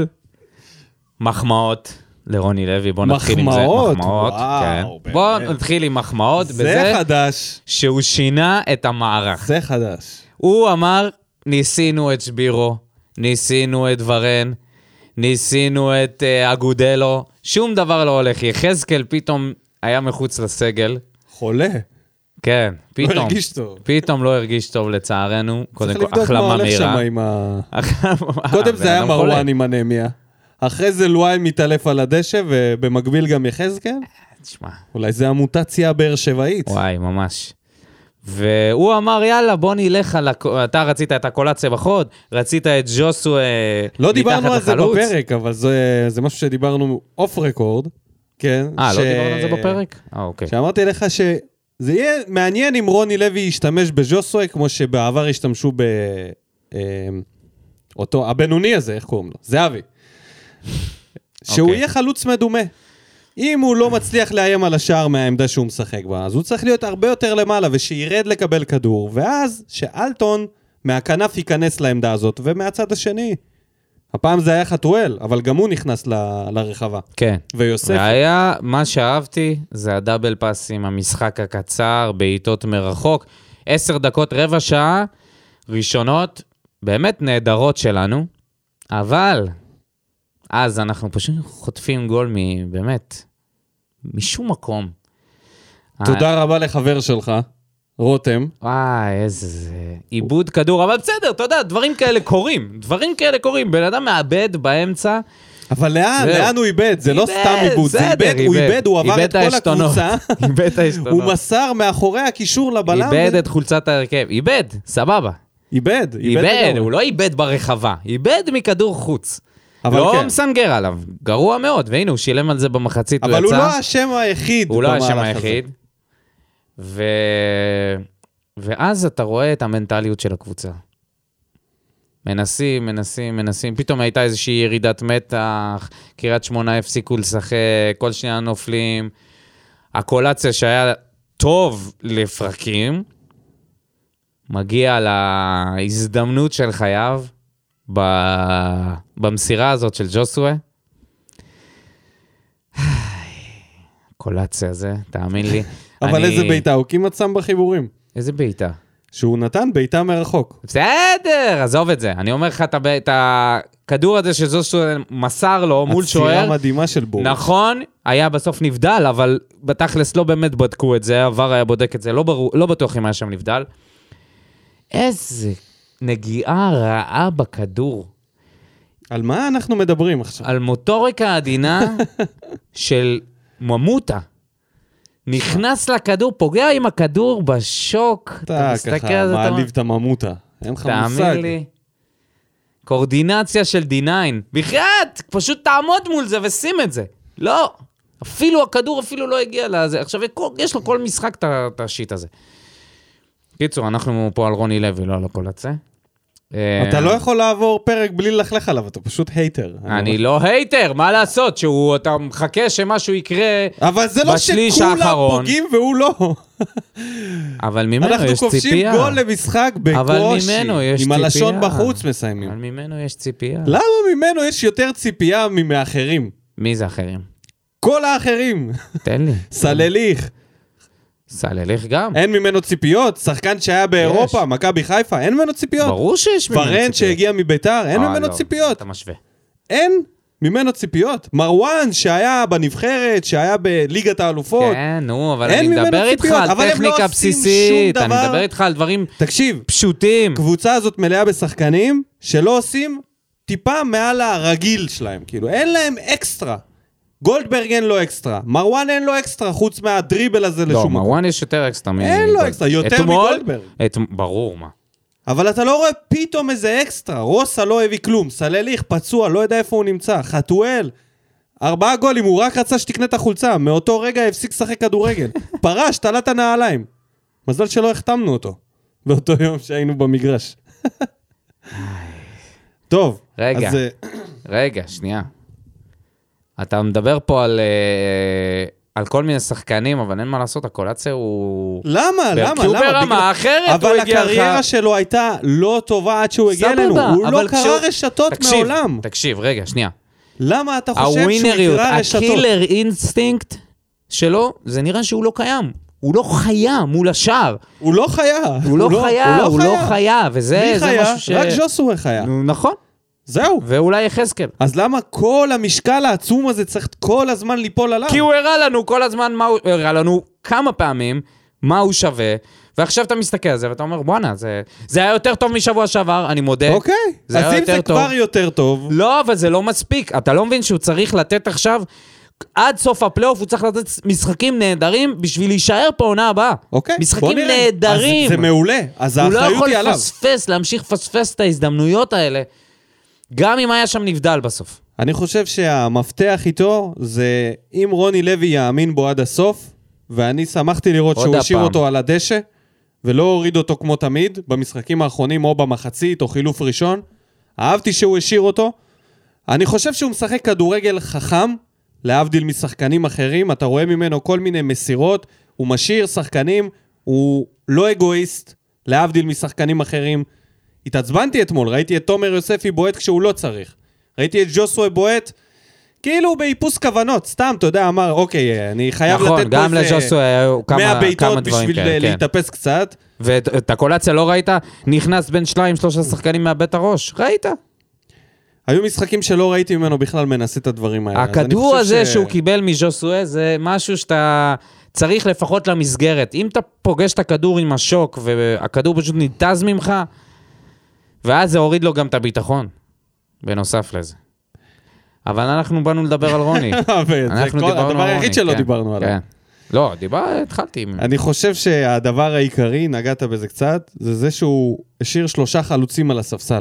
מחמאות לרוני לוי, בוא נתחיל עם זה. מחמאות? מחמאות, וואו, כן. באמת. בוא נתחיל עם מחמאות, זה בזה חדש, שהוא שינה את המערך. זה חדש. הוא אמר, ניסינו את שבירו, ניסינו את ורן, ניסינו את uh, אגודלו, שום דבר לא הולך. יחזקאל פתאום היה מחוץ לסגל. חולה. כן, לא פתאום. הרגיש טוב. פתאום לא הרגיש טוב לצערנו. קודם צריך כל, לבדוק מה החלמה הולך שם מהירה. עם ה... החלמה- קודם הבן זה היה אדם חולה. מרואן עם אנמיה. אחרי זה לואי מתעלף על הדשא, ובמקביל גם יחזקאל. תשמע, אולי זה המוטציה הבאר שבעית. וואי, ממש. והוא אמר, יאללה, בוא נלך על... הכ- אתה רצית את הקולציה בחוד, רצית את ג'וסו לא דיברנו מתחת על זה לחלוץ. בפרק, אבל זה זה משהו שדיברנו אוף רקורד. כן. אה, ש- לא דיברנו על זה בפרק? אה, אוקיי. שאמרתי לך שזה יהיה מעניין אם רוני לוי ישתמש בג'וסוי, כמו שבעבר השתמשו ב... אה, אותו, הבינוני הזה, איך קוראים לו? זהבי. שהוא אוקיי. יהיה חלוץ מדומה. אם הוא לא מצליח לאיים על השער מהעמדה שהוא משחק בה, אז הוא צריך להיות הרבה יותר למעלה, ושירד לקבל כדור, ואז שאלטון מהכנף ייכנס לעמדה הזאת, ומהצד השני. הפעם זה היה חתואל, אבל גם הוא נכנס ל- לרחבה. כן. ויוסף, והיה, מה שאהבתי, זה הדאבל פאסים, המשחק הקצר, בעיטות מרחוק. עשר דקות, רבע שעה, ראשונות, באמת נהדרות שלנו, אבל אז אנחנו פשוט חוטפים גול מ... באמת, משום מקום. תודה רבה לחבר שלך, רותם. וואי, איזה... עיבוד כדור, אבל בסדר, אתה יודע, דברים כאלה קורים, דברים כאלה קורים, בן אדם מאבד באמצע, אבל לאן, זהו. לאן הוא איבד? זה לא איבד, סתם איבוד, זה בסדר, איבד, הוא איבד. איבד, הוא עבר איבד את כל העשתונות. הקבוצה, איבד את העשתונות. הוא מסר מאחורי הקישור לבלם, איבד ו- את חולצת ההרכב, איבד, סבבה. איבד, איבד, לגמרי. הוא לא איבד ברחבה, איבד מכדור חוץ. אבל לא כן. מסנגר עליו, גרוע מאוד, והנה, הוא שילם על זה במחצית, הוא יצא. אבל הוא לא האשם היחיד הוא לא במהלך השם הזה. היחיד. ו... ואז אתה רואה את המנטליות של הקבוצה. מנסים, מנסים, מנסים. פתאום הייתה איזושהי ירידת מתח, קריית שמונה הפסיקו לשחק, כל שנייה נופלים. הקולציה שהיה טוב לפרקים, מגיע להזדמנות של חייו, ב... במסירה הזאת של ג'וסואה. קולציה הזה, תאמין לי. אבל אני... איזה ביתה, הוא כמעט שם בחיבורים. איזה בעיטה? שהוא נתן ביתה מרחוק. בסדר, עזוב את זה. אני אומר לך את ה... את ה... הכדור הזה שזו מסר לו מול שוער. הצירה מדהימה של בוריס. נכון, היה בסוף נבדל, אבל בתכלס לא באמת בדקו את זה, העבר היה בודק את זה, לא, ברור, לא בטוח אם היה שם נבדל. איזה נגיעה רעה בכדור. על מה אנחנו מדברים עכשיו? על מוטוריקה עדינה של ממוטה. נכנס לכדור, פוגע עם הכדור בשוק. אתה ככה מעליב את הממוטה. אין לך מושג. תאמין לי. קורדינציה של די ניין. בכלל, פשוט תעמוד מול זה ושים את זה. לא. אפילו הכדור אפילו לא הגיע לזה. עכשיו, יש לו כל משחק את השיט הזה. קיצור, אנחנו פה על רוני לוי, לא על הכל הצה. אתה לא יכול לעבור פרק בלי ללכלך עליו, אתה פשוט הייטר. אני לא הייטר, מה לעשות? שאתה מחכה שמשהו יקרה בשליש האחרון. אבל זה לא שכולם פוגעים והוא לא. אבל ממנו יש ציפייה. אנחנו כובשים גול למשחק בקושי. עם הלשון בחוץ מסיימים. אבל ממנו יש ציפייה. למה ממנו יש יותר ציפייה ממאחרים? מי זה אחרים? כל האחרים. תן לי. סלליך. סלליך גם. אין ממנו ציפיות, שחקן שהיה באירופה, מכבי חיפה, אין ממנו ציפיות. ברור שיש ממנו ציפיות. פרנט שהגיע מביתר, אין ממנו ציפיות. אתה משווה. אין ממנו ציפיות. מרואן שהיה בנבחרת, שהיה בליגת האלופות. כן, נו, אבל אני מדבר איתך על טכניקה בסיסית, אני מדבר איתך על דברים פשוטים. קבוצה הזאת מלאה בשחקנים שלא עושים טיפה מעל הרגיל שלהם, כאילו, אין להם אקסטרה. גולדברג אין לו אקסטרה, מרואן אין לו אקסטרה, חוץ מהדריבל הזה לשום מקום. לא, מרואן יש יותר אקסטרה. אין לו אקסטרה, יותר מגולדברג. ברור, מה. אבל אתה לא רואה פתאום איזה אקסטרה, רוסה לא הביא כלום, סלליך, פצוע, לא יודע איפה הוא נמצא, חתואל, ארבעה גולים, הוא רק רצה שתקנה את החולצה, מאותו רגע הפסיק לשחק כדורגל, פרש, תלת הנעליים. מזל שלא החתמנו אותו, באותו יום שהיינו במגרש. טוב, רגע, אז... רגע, שנייה. אתה מדבר פה על, על כל מיני שחקנים, אבל אין מה לעשות, הקולציה הוא... למה? למה? כי הוא ברמה אחרת, הוא אבל הגיע לך... הקריירה שלו הייתה לא טובה עד שהוא הגיע אלינו. הוא לא קרא רשתות מעולם. תקשיב, רגע, שנייה. למה אתה חושב שהוא יקרא רשתות? הקילר אינסטינקט שלו, זה נראה שהוא לא קיים. הוא לא חיה מול השאר. הוא לא חיה. הוא לא חיה, הוא לא חיה, וזה משהו ש... רק ג'וסווה חיה. נכון. זהו. ואולי יחזקאל. אז למה כל המשקל העצום הזה צריך כל הזמן ליפול עליו? כי הוא הראה לנו כל הזמן, מה הוא הראה לנו כמה פעמים, מה הוא שווה, ועכשיו אתה מסתכל על זה, ואתה אומר, בואנה, זה, זה היה יותר טוב משבוע שעבר, אני מודה. אוקיי, אז אם זה כבר יותר טוב... לא, אבל זה לא מספיק. אתה לא מבין שהוא צריך לתת עכשיו, עד סוף הפלייאוף, הוא צריך לתת משחקים נהדרים, בשביל להישאר פה עונה הבאה. אוקיי, משחקים נהדרים. אז זה מעולה, אז האחריות היא עליו. הוא לא יכול לפספס, להמשיך לפספס את ההזדמנויות האלה. גם אם היה שם נבדל בסוף. אני חושב שהמפתח איתו זה אם רוני לוי יאמין בו עד הסוף, ואני שמחתי לראות שהוא השאיר אותו על הדשא, ולא הוריד אותו כמו תמיד, במשחקים האחרונים או במחצית או חילוף ראשון. אהבתי שהוא השאיר אותו. אני חושב שהוא משחק כדורגל חכם, להבדיל משחקנים אחרים, אתה רואה ממנו כל מיני מסירות, הוא משאיר שחקנים, הוא לא אגואיסט, להבדיל משחקנים אחרים. התעצבנתי אתמול, ראיתי את תומר יוספי בועט כשהוא לא צריך. ראיתי את ג'וסווה בועט, כאילו באיפוס כוונות, סתם, אתה יודע, אמר, אוקיי, אני חייב נכון, לתת פה איזה מאה בעיטות בשביל כן, להתאפס כן. קצת. ואת הקולציה לא ראית? נכנס בין שליים, שלושה שחקנים מאבד הראש, ראית? היו משחקים שלא ראיתי ממנו בכלל מנסה את הדברים האלה. הכדור הזה ש... שהוא קיבל מג'וסווה, זה משהו שאתה צריך לפחות למסגרת. אם אתה פוגש את הכדור עם השוק, והכדור פשוט ניתז ממך, ואז זה הוריד לו גם את הביטחון, בנוסף לזה. אבל אנחנו באנו לדבר על רוני. זה הדבר היחיד שלא דיברנו עליו. לא, דיבר, התחלתי. אני חושב שהדבר העיקרי, נגעת בזה קצת, זה זה שהוא השאיר שלושה חלוצים על הספסל.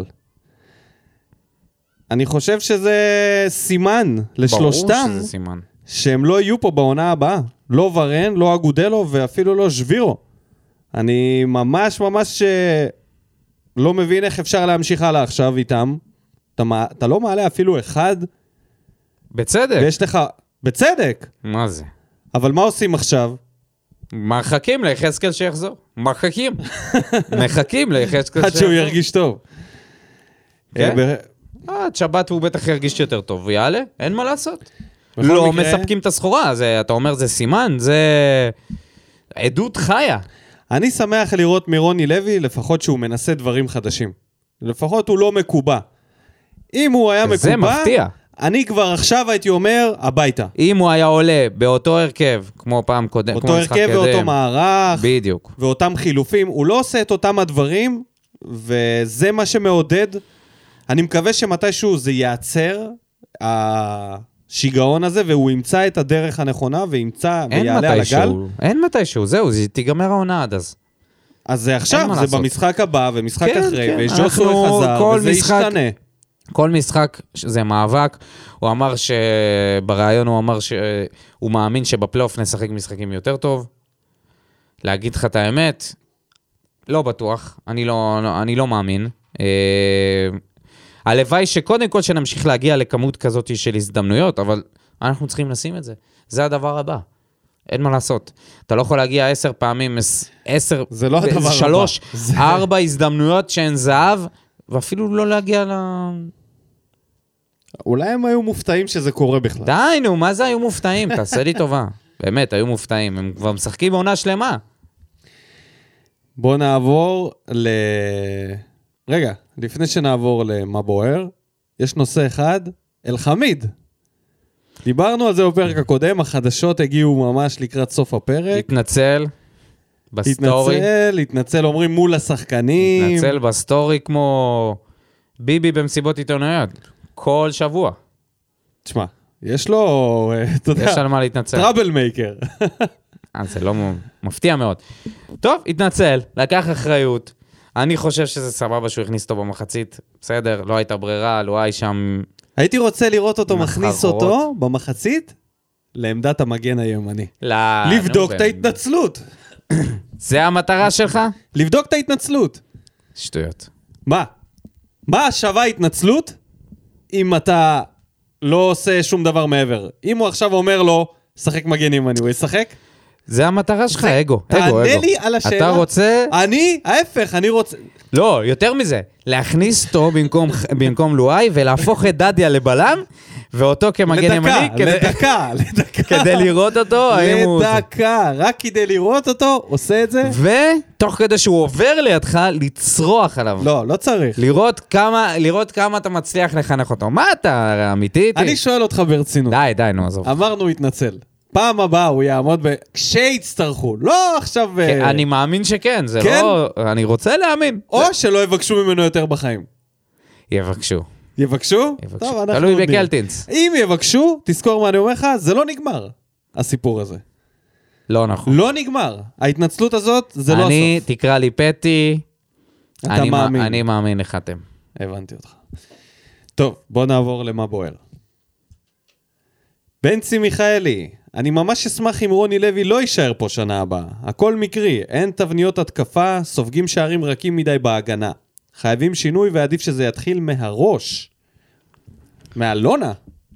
אני חושב שזה סימן לשלושתם. ברור שזה סימן. שהם לא יהיו פה בעונה הבאה. לא ורן, לא אגודלו ואפילו לא שבירו. אני ממש ממש לא מבין איך אפשר להמשיך הלאה עכשיו איתם. אתה, אתה לא מעלה אפילו אחד. בצדק. ויש לך... בצדק. מה זה? אבל מה עושים עכשיו? מחכים ליחזקאל שיחזור. מחכים. מחכים ליחזקאל שיחזור. עד שהוא ירגיש טוב. כן? עד שבת הוא בטח ירגיש יותר טוב. ויעלה, אין מה לעשות. לא מספקים את הסחורה. אתה אומר זה סימן, זה עדות חיה. אני שמח לראות מרוני לוי, לפחות שהוא מנסה דברים חדשים. לפחות הוא לא מקובע. אם הוא היה מקובע... זה מפתיע. אני כבר עכשיו הייתי אומר, הביתה. אם הוא היה עולה באותו הרכב, כמו פעם קודם, אותו הרכב ואותו מערך. בדיוק. ואותם חילופים, הוא לא עושה את אותם הדברים, וזה מה שמעודד. אני מקווה שמתישהו זה ייעצר, השיגעון הזה, והוא ימצא את הדרך הנכונה, וימצא ויעלה על הגל. אין מתישהו, זהו, זה תיגמר העונה עד אז. אז זה עכשיו, זה לעשות. במשחק הבא, ומשחק כן, אחרי, כן. וז'וסו חזר, וזה משחק... ישתנה. כל משחק זה מאבק, הוא אמר שבראיון הוא אמר שהוא מאמין שבפלייאוף נשחק משחקים יותר טוב. להגיד לך את האמת, לא בטוח, אני לא, אני לא מאמין. הלוואי שקודם כל שנמשיך להגיע לכמות כזאת של הזדמנויות, אבל אנחנו צריכים לשים את זה. זה הדבר הבא. אין מה לעשות. אתה לא יכול להגיע עשר פעמים, עשר, זה לא הדבר שלוש, הבא. ארבע הזדמנויות שהן זהב, ואפילו לא להגיע ל... אולי הם היו מופתעים שזה קורה בכלל. די, נו, מה זה היו מופתעים? תעשה לי טובה. באמת, היו מופתעים. הם כבר משחקים בעונה שלמה. בוא נעבור ל... רגע, לפני שנעבור למה בוער, יש נושא אחד, אל-חמיד. דיברנו על זה בפרק הקודם, החדשות הגיעו ממש לקראת סוף הפרק. התנצל בסטורי. התנצל, התנצל, אומרים מול השחקנים. התנצל בסטורי כמו ביבי במסיבות עיתונאיות. כל שבוע. תשמע, יש לו, אתה יודע, יש על מה להתנצל. טראבל מייקר. אה, זה לא מפתיע מאוד. טוב, התנצל, לקח אחריות. אני חושב שזה סבבה שהוא הכניס אותו במחצית. בסדר, לא הייתה ברירה, לא היה שם... הייתי רוצה לראות אותו מכניס אותו במחצית לעמדת המגן הימני. לבדוק את ההתנצלות. זה המטרה שלך? לבדוק את ההתנצלות. שטויות. מה? מה שווה התנצלות אם אתה לא עושה שום דבר מעבר? אם הוא עכשיו אומר לו, שחק מגן ימני, הוא ישחק? זה המטרה שלך, אגו. תענה לי על השאלה. אתה רוצה... אני, ההפך, אני רוצה... לא, יותר מזה. להכניס אותו במקום, במקום לואי, ולהפוך את דדיה לבלם, ואותו כמגן ימני. לדקה, לדקה. כדי לראות אותו, האם הוא... לדקה, רק כדי לראות אותו, עושה את זה. ותוך כדי שהוא עובר לידך, לצרוח עליו. לא, לא צריך. לראות כמה, לראות כמה אתה מצליח לחנך אותו. מה אתה, אמיתי? אני שואל אותך ברצינות. די, די, נו, עזוב. אמרנו, התנצל. פעם הבאה הוא יעמוד ב... כשיצטרכו, לא עכשיו... אני מאמין שכן, זה לא... אני רוצה להאמין. או שלא יבקשו ממנו יותר בחיים. יבקשו. יבקשו? יבקשו. תלוי בקלטינס. אם יבקשו, תזכור מה אני אומר לך, זה לא נגמר, הסיפור הזה. לא נכון. לא נגמר. ההתנצלות הזאת, זה לא הסוף. אני, תקרא לי פטי. אתה מאמין. אני מאמין לך אתם. הבנתי אותך. טוב, בוא נעבור למה בוער. בנצי מיכאלי, אני ממש אשמח אם רוני לוי לא יישאר פה שנה הבאה. הכל מקרי, אין תבניות התקפה, סופגים שערים רכים מדי בהגנה. חייבים שינוי ועדיף שזה יתחיל מהראש. מהלונה.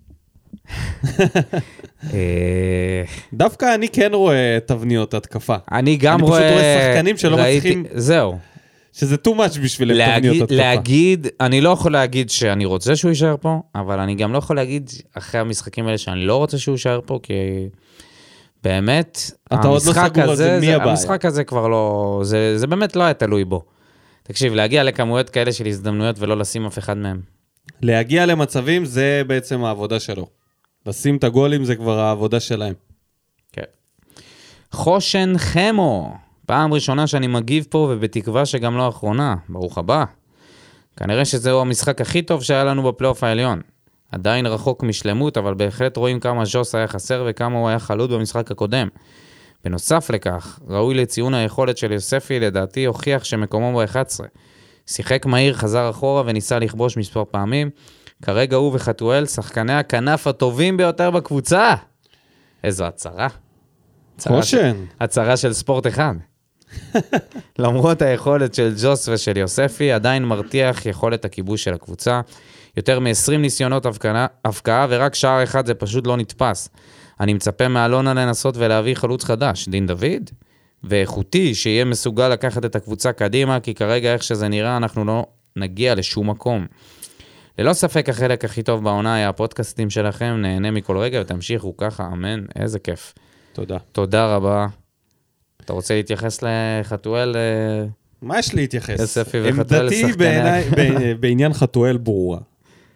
דווקא אני כן רואה תבניות התקפה. אני גם רואה... אני פשוט רואה שחקנים שלא מצליחים... זהו. שזה too much בשביל תבניות התקפה. להגיד, אני לא יכול להגיד שאני רוצה שהוא יישאר פה, אבל אני גם לא יכול להגיד אחרי המשחקים האלה שאני לא רוצה שהוא יישאר פה, כי באמת, המשחק הזה, המשחק הזה כבר לא, זה באמת לא היה תלוי בו. תקשיב, להגיע לכמויות כאלה של הזדמנויות ולא לשים אף אחד מהם. להגיע למצבים זה בעצם העבודה שלו. לשים את הגולים זה כבר העבודה שלהם. כן. חושן חמו. פעם ראשונה שאני מגיב פה, ובתקווה שגם לא האחרונה. ברוך הבא. כנראה שזהו המשחק הכי טוב שהיה לנו בפלייאוף העליון. עדיין רחוק משלמות, אבל בהחלט רואים כמה ז'וס היה חסר וכמה הוא היה חלוד במשחק הקודם. בנוסף לכך, ראוי לציון היכולת של יוספי, לדעתי הוכיח שמקומו ב-אחת עשרה. שיחק מהיר, חזר אחורה וניסה לכבוש מספר פעמים. כרגע הוא וחתואל, שחקני הכנף הטובים ביותר בקבוצה. איזו הצהרה. חושן. הצהרה של ספורט אחד. למרות היכולת של ג'וס ושל יוספי, עדיין מרתיח יכולת הכיבוש של הקבוצה. יותר מ-עשרים ניסיונות הפקעה, ורק שער אחד זה פשוט לא נתפס. אני מצפה מאלונה לנסות ולהביא חלוץ חדש, דין דוד, ואיכותי שיהיה מסוגל לקחת את הקבוצה קדימה, כי כרגע איך שזה נראה אנחנו לא נגיע לשום מקום. ללא ספק החלק הכי טוב בעונה היה הפודקאסטים שלכם, נהנה מכל רגע ותמשיכו ככה, אמן, איזה כיף. תודה. תודה רבה. אתה רוצה להתייחס לחתואל? מה יש להתייחס? יוספי וחתואל שחקני. עמדתי בעניין חתואל ברורה.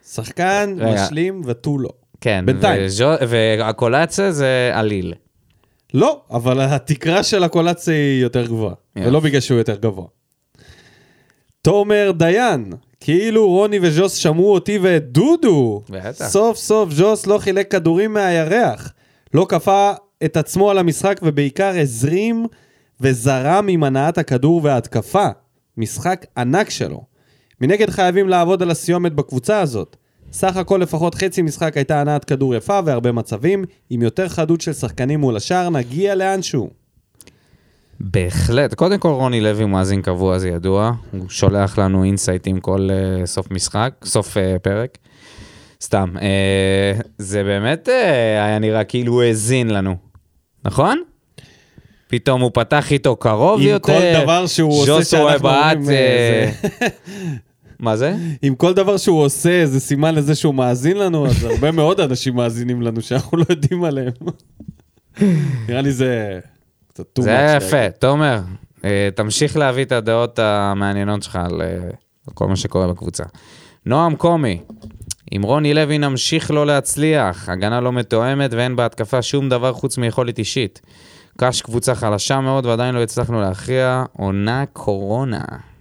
שחקן, רגע. משלים ותו לא. כן, בינתיים. וז'ו- והקולציה זה עליל. לא, אבל התקרה של הקולציה היא יותר גבוהה, יופי. ולא בגלל שהוא יותר גבוה. תומר דיין, כאילו רוני וז'וס שמעו אותי ואת דודו. בטח. סוף סוף ז'וס לא חילק כדורים מהירח, לא כפה את עצמו על המשחק ובעיקר הזרים וזרם עם הנעת הכדור וההתקפה. משחק ענק שלו. מנגד חייבים לעבוד על הסיומת בקבוצה הזאת. סך הכל לפחות חצי משחק הייתה הנעת כדור יפה והרבה מצבים, עם יותר חדות של שחקנים מול השאר נגיע לאנשהו. בהחלט. קודם כל רוני לוי מאזין קבוע, זה ידוע. הוא שולח לנו אינסייטים כל uh, סוף משחק, סוף uh, פרק. סתם. Uh, זה באמת uh, היה נראה כאילו הוא האזין לנו. נכון? פתאום הוא פתח איתו קרוב עם יותר. כל דבר שהוא עושה שאנחנו אומרים... אה, זה- מה זה? עם כל דבר שהוא עושה, זה סימן לזה שהוא מאזין לנו, אז הרבה מאוד אנשים מאזינים לנו שאנחנו לא יודעים עליהם. נראה לי זה... קצת too זה much היה להגיד. יפה. תומר, אה, תמשיך להביא את הדעות המעניינות שלך על אה, כל מה שקורה בקבוצה. נועם קומי, אם רוני לוי נמשיך לא להצליח, הגנה לא מתואמת ואין בהתקפה שום דבר חוץ מיכולת אישית. קש קבוצה חלשה מאוד ועדיין לא הצלחנו להכריע, עונה קורונה.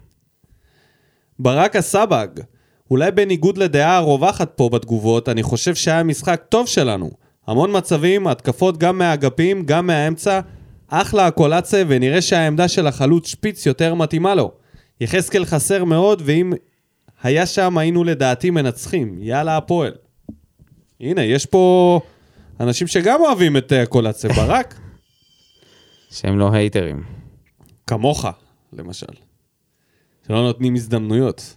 ברק הסבג, אולי בניגוד לדעה הרווחת פה בתגובות, אני חושב שהיה משחק טוב שלנו. המון מצבים, התקפות גם מהאגפים, גם מהאמצע, אחלה הקולציה, ונראה שהעמדה של החלוץ שפיץ יותר מתאימה לו. יחזקאל חסר מאוד, ואם היה שם היינו לדעתי מנצחים. יאללה הפועל. הנה, יש פה אנשים שגם אוהבים את הקולציה. ברק, שהם לא הייטרים. כמוך, למשל. שלא נותנים הזדמנויות.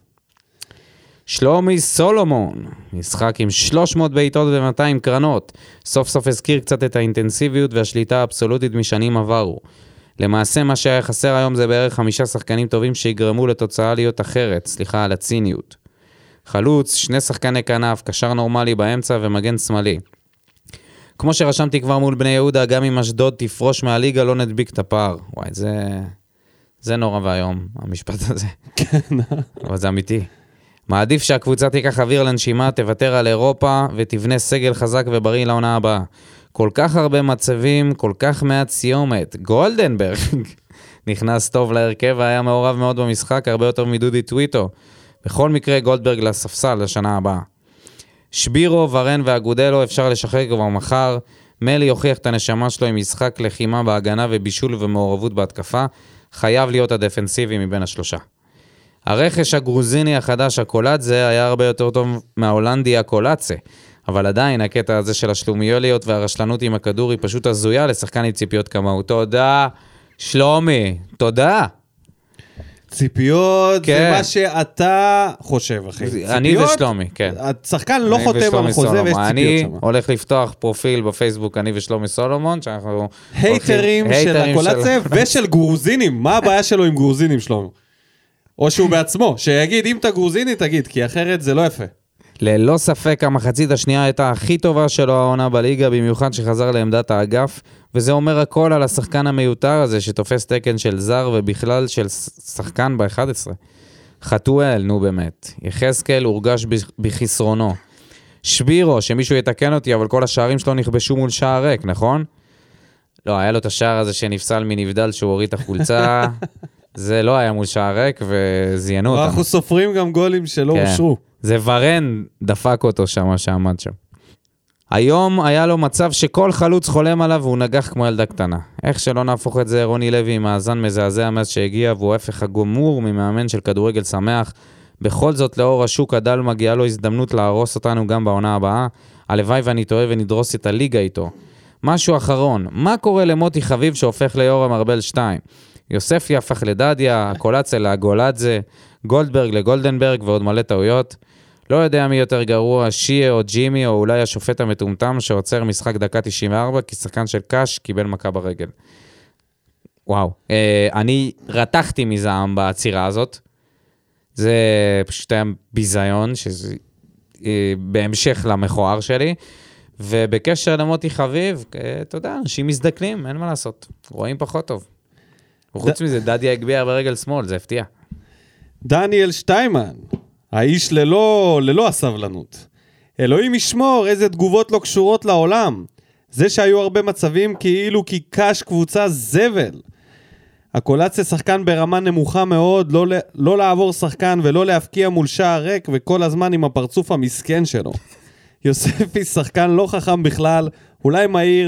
שלומי סולומון, משחק עם שלוש מאות בעיטות ו-מאתיים קרנות, סוף סוף הזכיר קצת את האינטנסיביות והשליטה האבסולוטית משנים עברו. למעשה מה שהיה חסר היום זה בערך חמישה שחקנים טובים שיגרמו לתוצאה להיות אחרת, סליחה על הציניות. חלוץ, שני שחקני כנף, קשר נורמלי באמצע ומגן שמאלי. כמו שרשמתי כבר מול בני יהודה, גם אם אשדוד תפרוש מהליגה לא נדביק את הפער. וואי, זה... זה נורא והיום, המשפט הזה. כן. אבל זה אמיתי. מעדיף שהקבוצה תיקח אוויר לנשימה, תוותר על אירופה ותבנה סגל חזק ובריא לעונה הבאה. כל כך הרבה מצבים, כל כך מעט סיומת. גולדנברג נכנס טוב להרכב והיה מעורב מאוד במשחק, הרבה יותר מדודי טוויטו. בכל מקרה גולדברג לספסל לשנה הבאה. שבירו, ורן ואגודלו אפשר לשחרר כבר מחר. מלי הוכיח את הנשמה שלו עם משחק לחימה בהגנה ובישול ומעורבות בהתקפה. חייב להיות הדפנסיבי מבין השלושה. הרכש הגרוזיני החדש הקולאצה היה הרבה יותר טוב מההולנדי הקולאצה, אבל עדיין הקטע הזה של השלומיוליות והרשלנות עם הכדור היא פשוט הזויה לשחקן עם ציפיות כמוהו. תודה, שלומי, תודה. ציפיות כן. זה מה שאתה חושב, אחי. אני ציפיות, ושלומי, כן. השחקן לא אני חותם ושלומי על חוזה סולומון. ויש ציפיות אני שם. הולך לפתוח פרופיל בפייסבוק, אני ושלומי סולומון, שאנחנו... הייטרים הולכים- של הייטרים הקולאצה ושל גרוזינים. מה הבעיה שלו עם גרוזינים, שלמה? או שהוא בעצמו, שיגיד, אם אתה גרוזיני, תגיד, כי אחרת זה לא יפה. ללא ספק המחצית השנייה הייתה הכי טובה שלו העונה בליגה, במיוחד שחזר לעמדת האגף, וזה אומר הכל על השחקן המיותר הזה שתופס תקן של זר ובכלל של שחקן ב-אחד עשר. חתואל, נו באמת. יחזקאל הורגש בחסרונו. שבירו, שמישהו יתקן אותי, אבל כל השערים שלו נכבשו מול שער ריק, נכון? לא, היה לו את השער הזה שנפסל מנבדל שהוא הוריד את החולצה. זה לא היה מול שער ריק וזיינו אותם. אנחנו סופרים גם גולים שלא כן. אושרו. זה ורן דפק אותו שם, שעמד שם. היום היה לו מצב שכל חלוץ חולם עליו והוא נגח כמו ילדה קטנה. איך שלא נהפוך את זה, רוני לוי עם מאזן מזעזע מאז שהגיע, והוא ההפך הגמור ממאמן של כדורגל שמח. בכל זאת, לאור השוק הדל מגיעה לו הזדמנות להרוס אותנו גם בעונה הבאה. הלוואי ואני טועה ונדרוס את הליגה איתו. משהו אחרון, מה קורה למוטי חביב שהופך ליורם ארבל שתיים? יוספי הפך לדדיה, קולאצה לאגולאצה, גולדברג לגולדנברג ועוד מלא טעויות. לא יודע מי יותר גרוע, שיה או ג'ימי, או אולי השופט המטומטם שעוצר משחק דקה תשעים וארבע, כי שחקן של קש קיבל מכה ברגל. וואו, אה, אני רתחתי מזעם בעצירה הזאת. זה פשוט היה ביזיון, שזה אה, בהמשך למכוער שלי. ובקשר למוטי חביב, אה, אתה יודע, אנשים מזדקנים, אין מה לעשות. רואים פחות טוב. וחוץ מזה, דדיה הגביע ברגל שמאל, זה הפתיע. דניאל שטיימן, האיש ללא, ללא הסבלנות. אלוהים ישמור, איזה תגובות לא קשורות לעולם. זה שהיו הרבה מצבים כאילו כי קש קבוצה זבל. הקולציה שחקן ברמה נמוכה מאוד, לא, לא לעבור שחקן ולא להפקיע מול שער ריק, וכל הזמן עם הפרצוף המסכן שלו. יוספי שחקן לא חכם בכלל, אולי מהיר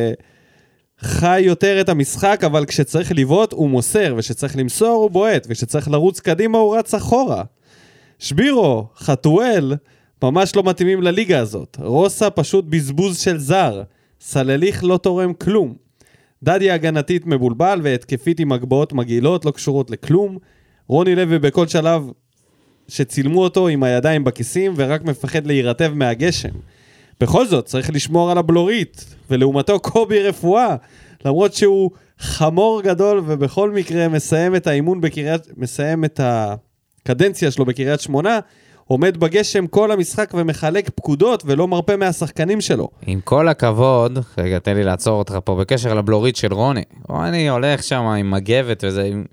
וחי יותר את המשחק, אבל כשצריך לבעוט הוא מוסר, וכשצריך למסור הוא בועט, וכשצריך לרוץ קדימה הוא רץ אחורה. שבירו, חתואל, ממש לא מתאימים לליגה הזאת. רוסה פשוט בזבוז של זר. סלליך לא תורם כלום. דדי הגנתית מבולבל והתקפית עם הגבעות מגעילות, לא קשורות לכלום. רוני לוי בכל שלב שצילמו אותו עם הידיים בכיסים ורק מפחד להירטב מהגשם. בכל זאת צריך לשמור על הבלורית, ולעומתו קובי רפואה, למרות שהוא חמור גדול ובכל מקרה מסיים את האימון בקריית, מסיים את הקדנציה שלו בקריית שמונה, עומד בגשם כל המשחק ומחלק פקודות ולא מרפא מהשחקנים שלו. עם כל הכבוד, רגע, תן לי לעצור אותך פה, בקשר לבלורית של רוני. רוני הולך שם עם מגבת וזה, עם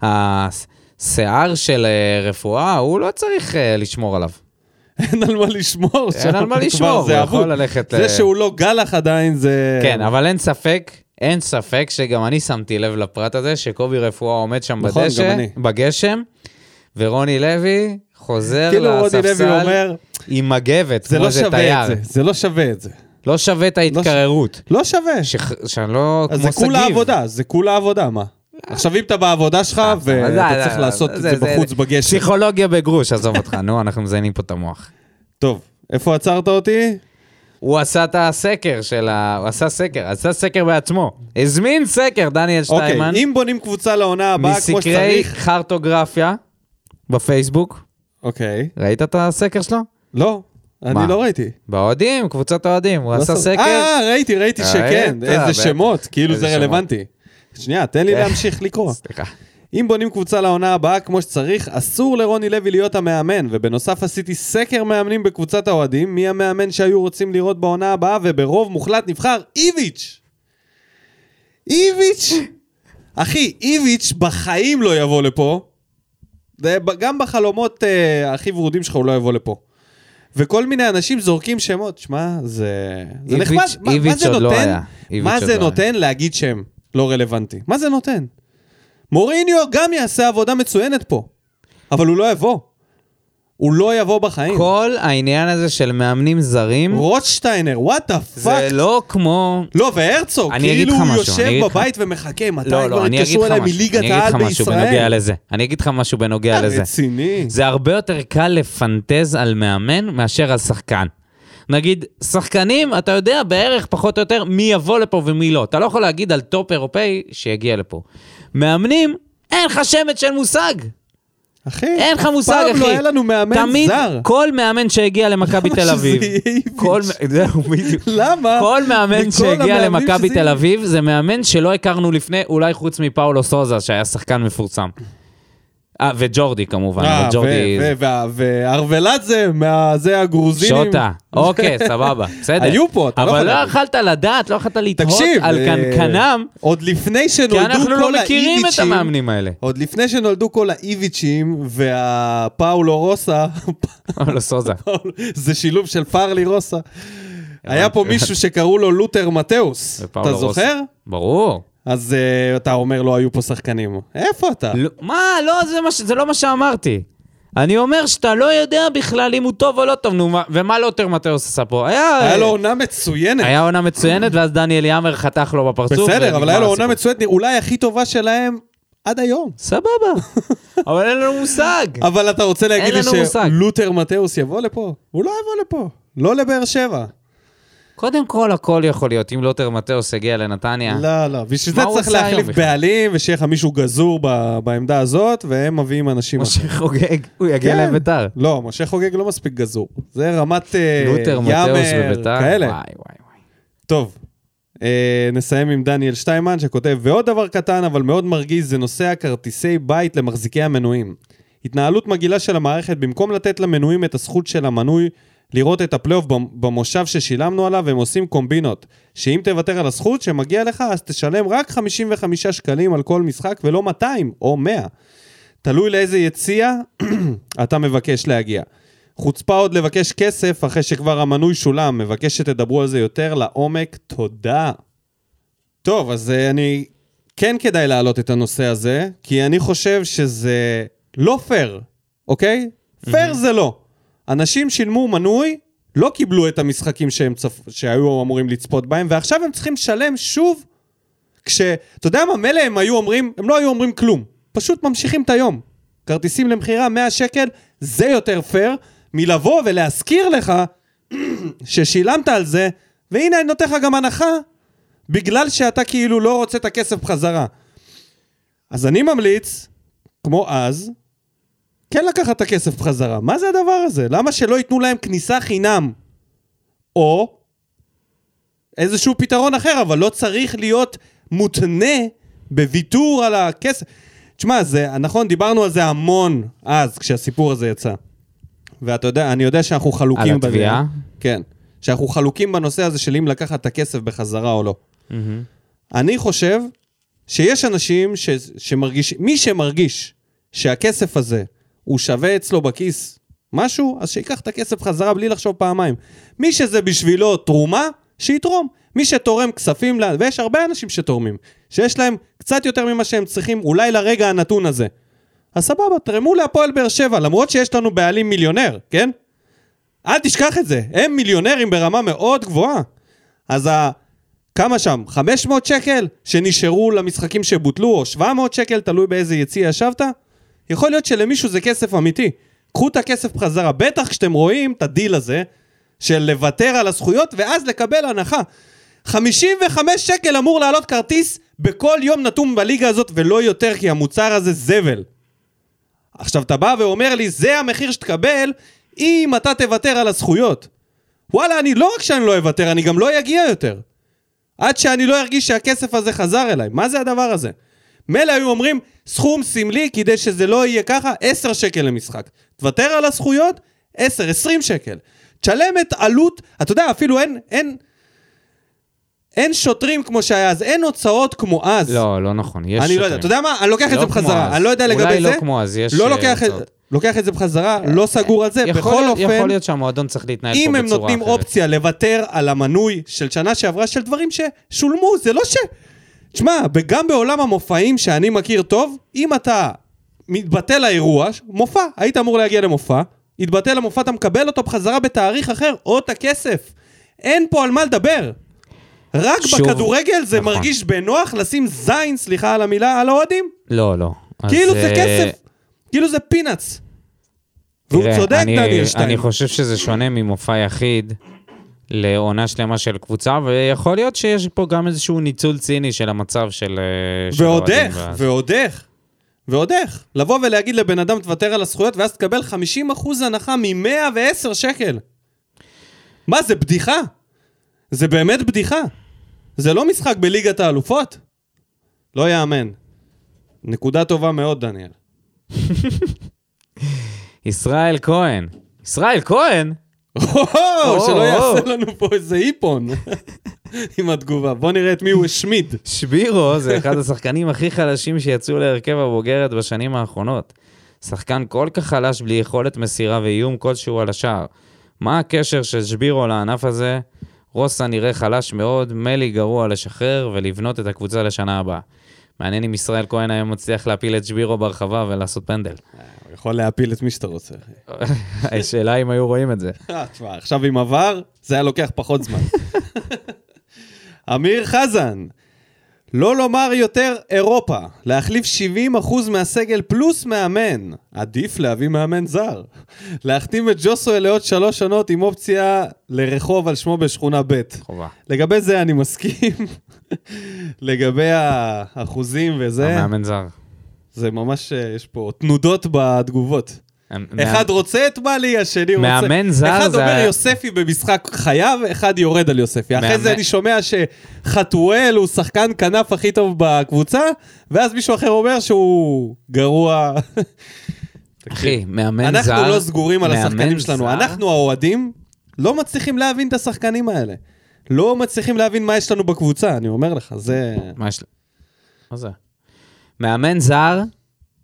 השיער של רפואה, הוא לא צריך לשמור עליו. אין על מה לשמור. אין על מה לשמור, הוא יכול ללכת... זה שהוא לא גלח עדיין זה... כן, אבל אין ספק, אין ספק שגם אני שמתי לב לפרט הזה, שקובי רפואה עומד שם בדשא, בגשם, ורוני לוי... חוזר לספסל עם מגבת, זה לא שווה את זה, זה לא שווה את זה. לא שווה את ההתקררות. לא שווה. שאני לא כמו סגיב. זה כולה עבודה, זה כולה עבודה, מה? עכשיו אם אתה בעבודה שלך ואתה צריך לעשות את זה בחוץ בגשם. פסיכולוגיה בגרוש, עזוב אותך, נו, אנחנו מזיינים פה את המוח. טוב, איפה עצרת אותי? הוא עשה את הסקר של ה... הוא עשה סקר, עשה סקר בעצמו. הזמין סקר, דניאל שטיימן. אוקיי, אם בונים קבוצה לעונה הבאה כמו שצריך... מסקרי חרטוגרפיה בפייסבוק. אוקיי. ראית את הסקר שלו? לא, אני לא ראיתי. באוהדים, קבוצת אוהדים, הוא עשה סקר. אה, ראיתי, ראיתי שכן, איזה שמות, כאילו זה רלוונטי. שנייה, תן לי להמשיך לקרוא. סליחה. אם בונים קבוצה לעונה הבאה כמו שצריך, אסור לרוני לוי להיות המאמן, ובנוסף עשיתי סקר מאמנים בקבוצת האוהדים, מי המאמן שהיו רוצים לראות בעונה הבאה, וברוב מוחלט נבחר איביץ'. איביץ'. אחי, איביץ' בחיים לא יבוא לפה. גם בחלומות uh, הכי ורודים שלך הוא לא יבוא לפה. וכל מיני אנשים זורקים שמות. שמה, זה... זה איביץ', נחמד. מה, איביץ' מה זה עוד נותן? לא היה. מה זה נותן לא להגיד שם לא רלוונטי? מה זה נותן? מוריניו גם יעשה עבודה מצוינת פה. אבל הוא לא יבוא. הוא לא יבוא בחיים. כל העניין הזה של מאמנים זרים... רוטשטיינר, what the fuck? זה לא כמו... לא, והרצוג, כאילו הוא יושב בבית ומחכה, מתי כבר התקשרו אליי מליגת העל בישראל? אני אגיד לך משהו בנוגע לזה. רציני. זה הרבה יותר קל לפנטז על מאמן מאשר על שחקן. נגיד, שחקנים, אתה יודע בערך פחות או יותר מי יבוא לפה ומי לא. אתה לא יכול להגיד על טופ אירופאי שיגיע לפה. מאמנים, אין לך שמץ של מושג. אחי, אין לך מושג, אחי. פעם לא היה לנו מאמן תמיד זר. כל מאמן שהגיע למכבי תל אביב. כל, זהו, בדיוק. למה? כל מאמן שהגיע למכבי תל אביב, זה מאמן שלא הכרנו לפני, אולי חוץ מפאולו סוזה, שהיה שחקן מפורסם. אה, וג'ורדי כמובן. אה, והרוולדזה, זה הגרוזינים. שוטה, אוקיי, סבבה, בסדר. היו פה, אתה לא יכול אבל לא יכלת לדעת, לא יכלת לתהות על קנקנם. עוד לפני שנולדו כל האיביצ'ים. כי אנחנו לא מכירים את המאמנים האלה. עוד לפני שנולדו כל האיביצ'ים, והפאולו רוסה. פאולו סוזה. זה שילוב של פארלי רוסה. היה פה מישהו שקראו לו לותר מתאוס. אתה זוכר? ברור. אז uh, אתה אומר לא היו פה שחקנים. איפה אתה? לא, מה? לא, זה, מה, זה לא מה שאמרתי. אני אומר שאתה לא יודע בכלל אם הוא טוב או לא טוב. נו, ומה לותר מתאוס עשה פה? היה, היה לו עונה מצוינת. היה עונה מצוינת, ואז דניאל יאמר חתך לו בפרצוף. בסדר, אבל היה לו עונה מצוינת, אולי הכי טובה שלהם עד היום. סבבה. אבל אין לנו מושג. אבל אתה רוצה להגיד לי שלותר מתאוס יבוא לפה? הוא לא יבוא לפה. לא לבאר שבע. קודם כל, הכל יכול להיות. אם לותר מתאוס הגיע לנתניה... לא, לא. בשביל זה צריך להחליף בעלים, ושיהיה לך מישהו גזור בעמדה הזאת, והם מביאים אנשים... משה חוגג, הוא יגיע להם ביתר. לא, משה חוגג לא מספיק גזור. זה רמת לותר מתאוס בביתר. כאלה. וואי, וואי, וואי. טוב, נסיים עם דניאל שטיימן, שכותב, ועוד דבר קטן, אבל מאוד מרגיז, זה נושא הכרטיסי בית למחזיקי המנויים. התנהלות מגעילה של המערכת, במקום לתת למנויים את הזכות של המנוי, לראות את הפלייאוף במושב ששילמנו עליו, הם עושים קומבינות, שאם תוותר על הזכות שמגיע לך, אז תשלם רק חמישים וחמישה שקלים על כל משחק, ולא מאתיים או מאה. תלוי לאיזה יציאה אתה מבקש להגיע. חוצפה עוד לבקש כסף אחרי שכבר המנוי שולם, מבקש שתדברו על זה יותר לעומק, תודה. טוב, אז אני כן כדאי להעלות את הנושא הזה, כי אני חושב שזה לא פייר, אוקיי? פייר זה לא. אנשים שילמו מנוי, לא קיבלו את המשחקים שהם צפ... שהיו אמורים לצפות בהם, ועכשיו הם צריכים לשלם שוב, כש... אתה יודע מה, מלא הם היו אומרים, הם לא היו אומרים כלום, פשוט ממשיכים את היום. כרטיסים למחירה מאה שקל, זה יותר פייר, מלבוא ולהזכיר לך ששילמת על זה, והנה אני נותן לך גם הנחה, בגלל שאתה כאילו לא רוצה את הכסף בחזרה. אז אני ממליץ, כמו אז, כן לקחת את הכסף בחזרה. מה זה הדבר הזה? למה שלא ייתנו להם כניסה חינם? או איזשהו פתרון אחר, אבל לא צריך להיות מותנה בוויתור על הכסף. תשמע, זה, נכון, דיברנו על זה המון אז, כשהסיפור הזה יצא. ואתה יודע, אני יודע שאנחנו חלוקים... על התביעה? כן. שאנחנו חלוקים בנושא הזה של אם לקחת את הכסף בחזרה או לא. Mm-hmm. אני חושב שיש אנשים ש, שמרגיש, מי שמרגיש שהכסף הזה הוא שווה אצלו בכיס משהו, אז שיקח את הכסף חזרה בלי לחשוב פעמיים. מי שזה בשבילו תרומה, שיתרום. מי שתורם כספים, ויש הרבה אנשים שתורמים, שיש להם קצת יותר ממה שהם צריכים, אולי לרגע הנתון הזה. אז סבבה, תרמו להפועל באר שבע, למרות שיש לנו בעלים מיליונר, כן? אל תשכח את זה, הם מיליונרים ברמה מאוד גבוהה. אז ה... כמה שם? חמש מאות שקל שנשארו למשחקים שבוטלו, או שבע מאות שקל, תלוי באיזה יציע ישבת? יכול להיות שלמישהו זה כסף אמיתי. קחו את הכסף בחזרה, בטח כשאתם רואים את הדיל הזה, של לוותר על הזכויות, ואז לקבל הנחה. חמישים וחמישה שקל אמור לעלות כרטיס בכל יום נתון בליגה הזאת, ולא יותר, כי המוצר הזה זבל. עכשיו אתה בא ואומר לי, זה המחיר שתקבל, אם אתה תוותר על הזכויות. וואלה, אני לא רק שאני לא אוותר, אני גם לא אגיע יותר. עד שאני לא ארגיש שהכסף הזה חזר אליי. מה זה הדבר הזה? מלא היו אומרים, סכום סמלי, כדי שזה לא יהיה ככה, עשר שקל למשחק. תוותר על הזכויות, עשר, עשרים שקל. תשלם את עלות, אתה יודע, אפילו אין, אין, אין שוטרים כמו שהיה אז, אין הוצאות כמו אז. לא, לא נכון, יש אני שוטרים. לא יודע, אתה יודע מה? אני לוקח את זה בחזרה, אני לא יודע לגבי זה. אולי לא כמו אז, יש לא לוקח את... לוקח את זה בחזרה, לא סגור על זה, בכל אופן... יכול להיות שהמועדון צריך להתנהל פה בצורה אחרת. אם הם נותנים אופציה לוותר על המנוי של שנה שעברה של דברים ששולמו, זה לא ש... תשמע, גם בעולם המופעים שאני מכיר טוב, אם אתה מתבטל לאירוע, מופע, היית אמור להגיע למופע, התבטל למופע, אתה מקבל אותו בחזרה בתאריך אחר, או את הכסף. אין פה על מה לדבר. רק שוב, בכדורגל זה נכון. מרגיש בנוח לשים זין, סליחה על המילה, על האוהדים? לא, לא. כאילו זה כסף. כאילו זה פינאץ. והוא צודק, דניאל שטיין. אני חושב שזה שונה ממופע יחיד לעונה שלמה של קבוצה, ויכול להיות שיש פה גם איזשהו ניצול ציני של המצב של... ועוד איך, ועוד איך, ועוד איך. לבוא ולהגיד לבן אדם תוותר על הזכויות, ואז תקבל חמישים אחוז הנחה מ-מאה ועשר שקל. מה, זה בדיחה? זה באמת בדיחה. זה לא משחק בליגת האלופות. לא יאמן. נקודה טובה מאוד, דניאל. ישראל כהן. ישראל כהן? שלא יעשה לנו פה איזה איפון עם התגובה. בוא נראה את מי הוא השמיד. שבירו זה אחד השחקנים הכי חלשים שיצאו להרכב הבוגרת בשנים האחרונות. שחקן כל כך חלש בלי יכולת מסירה ואיום כלשהו על השער. מה הקשר של שבירו לענף הזה? רוסה נראה חלש מאוד, מלי גרוע לשחרר ולבנות את הקבוצה לשנה הבאה. מעניין אם ישראל כהן היום מצליח להפיל את שבירו ברחבה ולעשות פנדל. הוא יכול להפיל את מי שאתה רוצה. השאלה אם היו רואים את זה. תשמע, עכשיו עם עבר, זה היה לוקח פחות זמן. אמיר חזן, לא לומר יותר אירופה, להחליף שבעים אחוז מהסגל פלוס מאמן. עדיף להביא מאמן זר. להחתים את ג'וסו לעוד שלוש שנות עם אופציה לרחוב על שמו בשכונה ב'. חובה. לגבי זה אני מסכים. לגבי האחוזים וזה. המאמן זר. זה ממש, יש פה תנודות בתגובות. אחד רוצה את בלי, השני רוצה... מאמן זר אחד זה... אומר יוספי במשחק חייב, אחד יורד על יוספי. אחרי זה אני שומע שחתואל הוא שחקן כנף הכי טוב בקבוצה, ואז מישהו אחר אומר שהוא גרוע. אחי, מאמן זר... אנחנו לא סגורים על השחקנים שלנו. אנחנו האוהדים לא מצליחים להבין את השחקנים האלה. לא מצליחים להבין מה יש לנו בקבוצה, אני אומר לך, זה... מה יש... מה זה? מאמן זר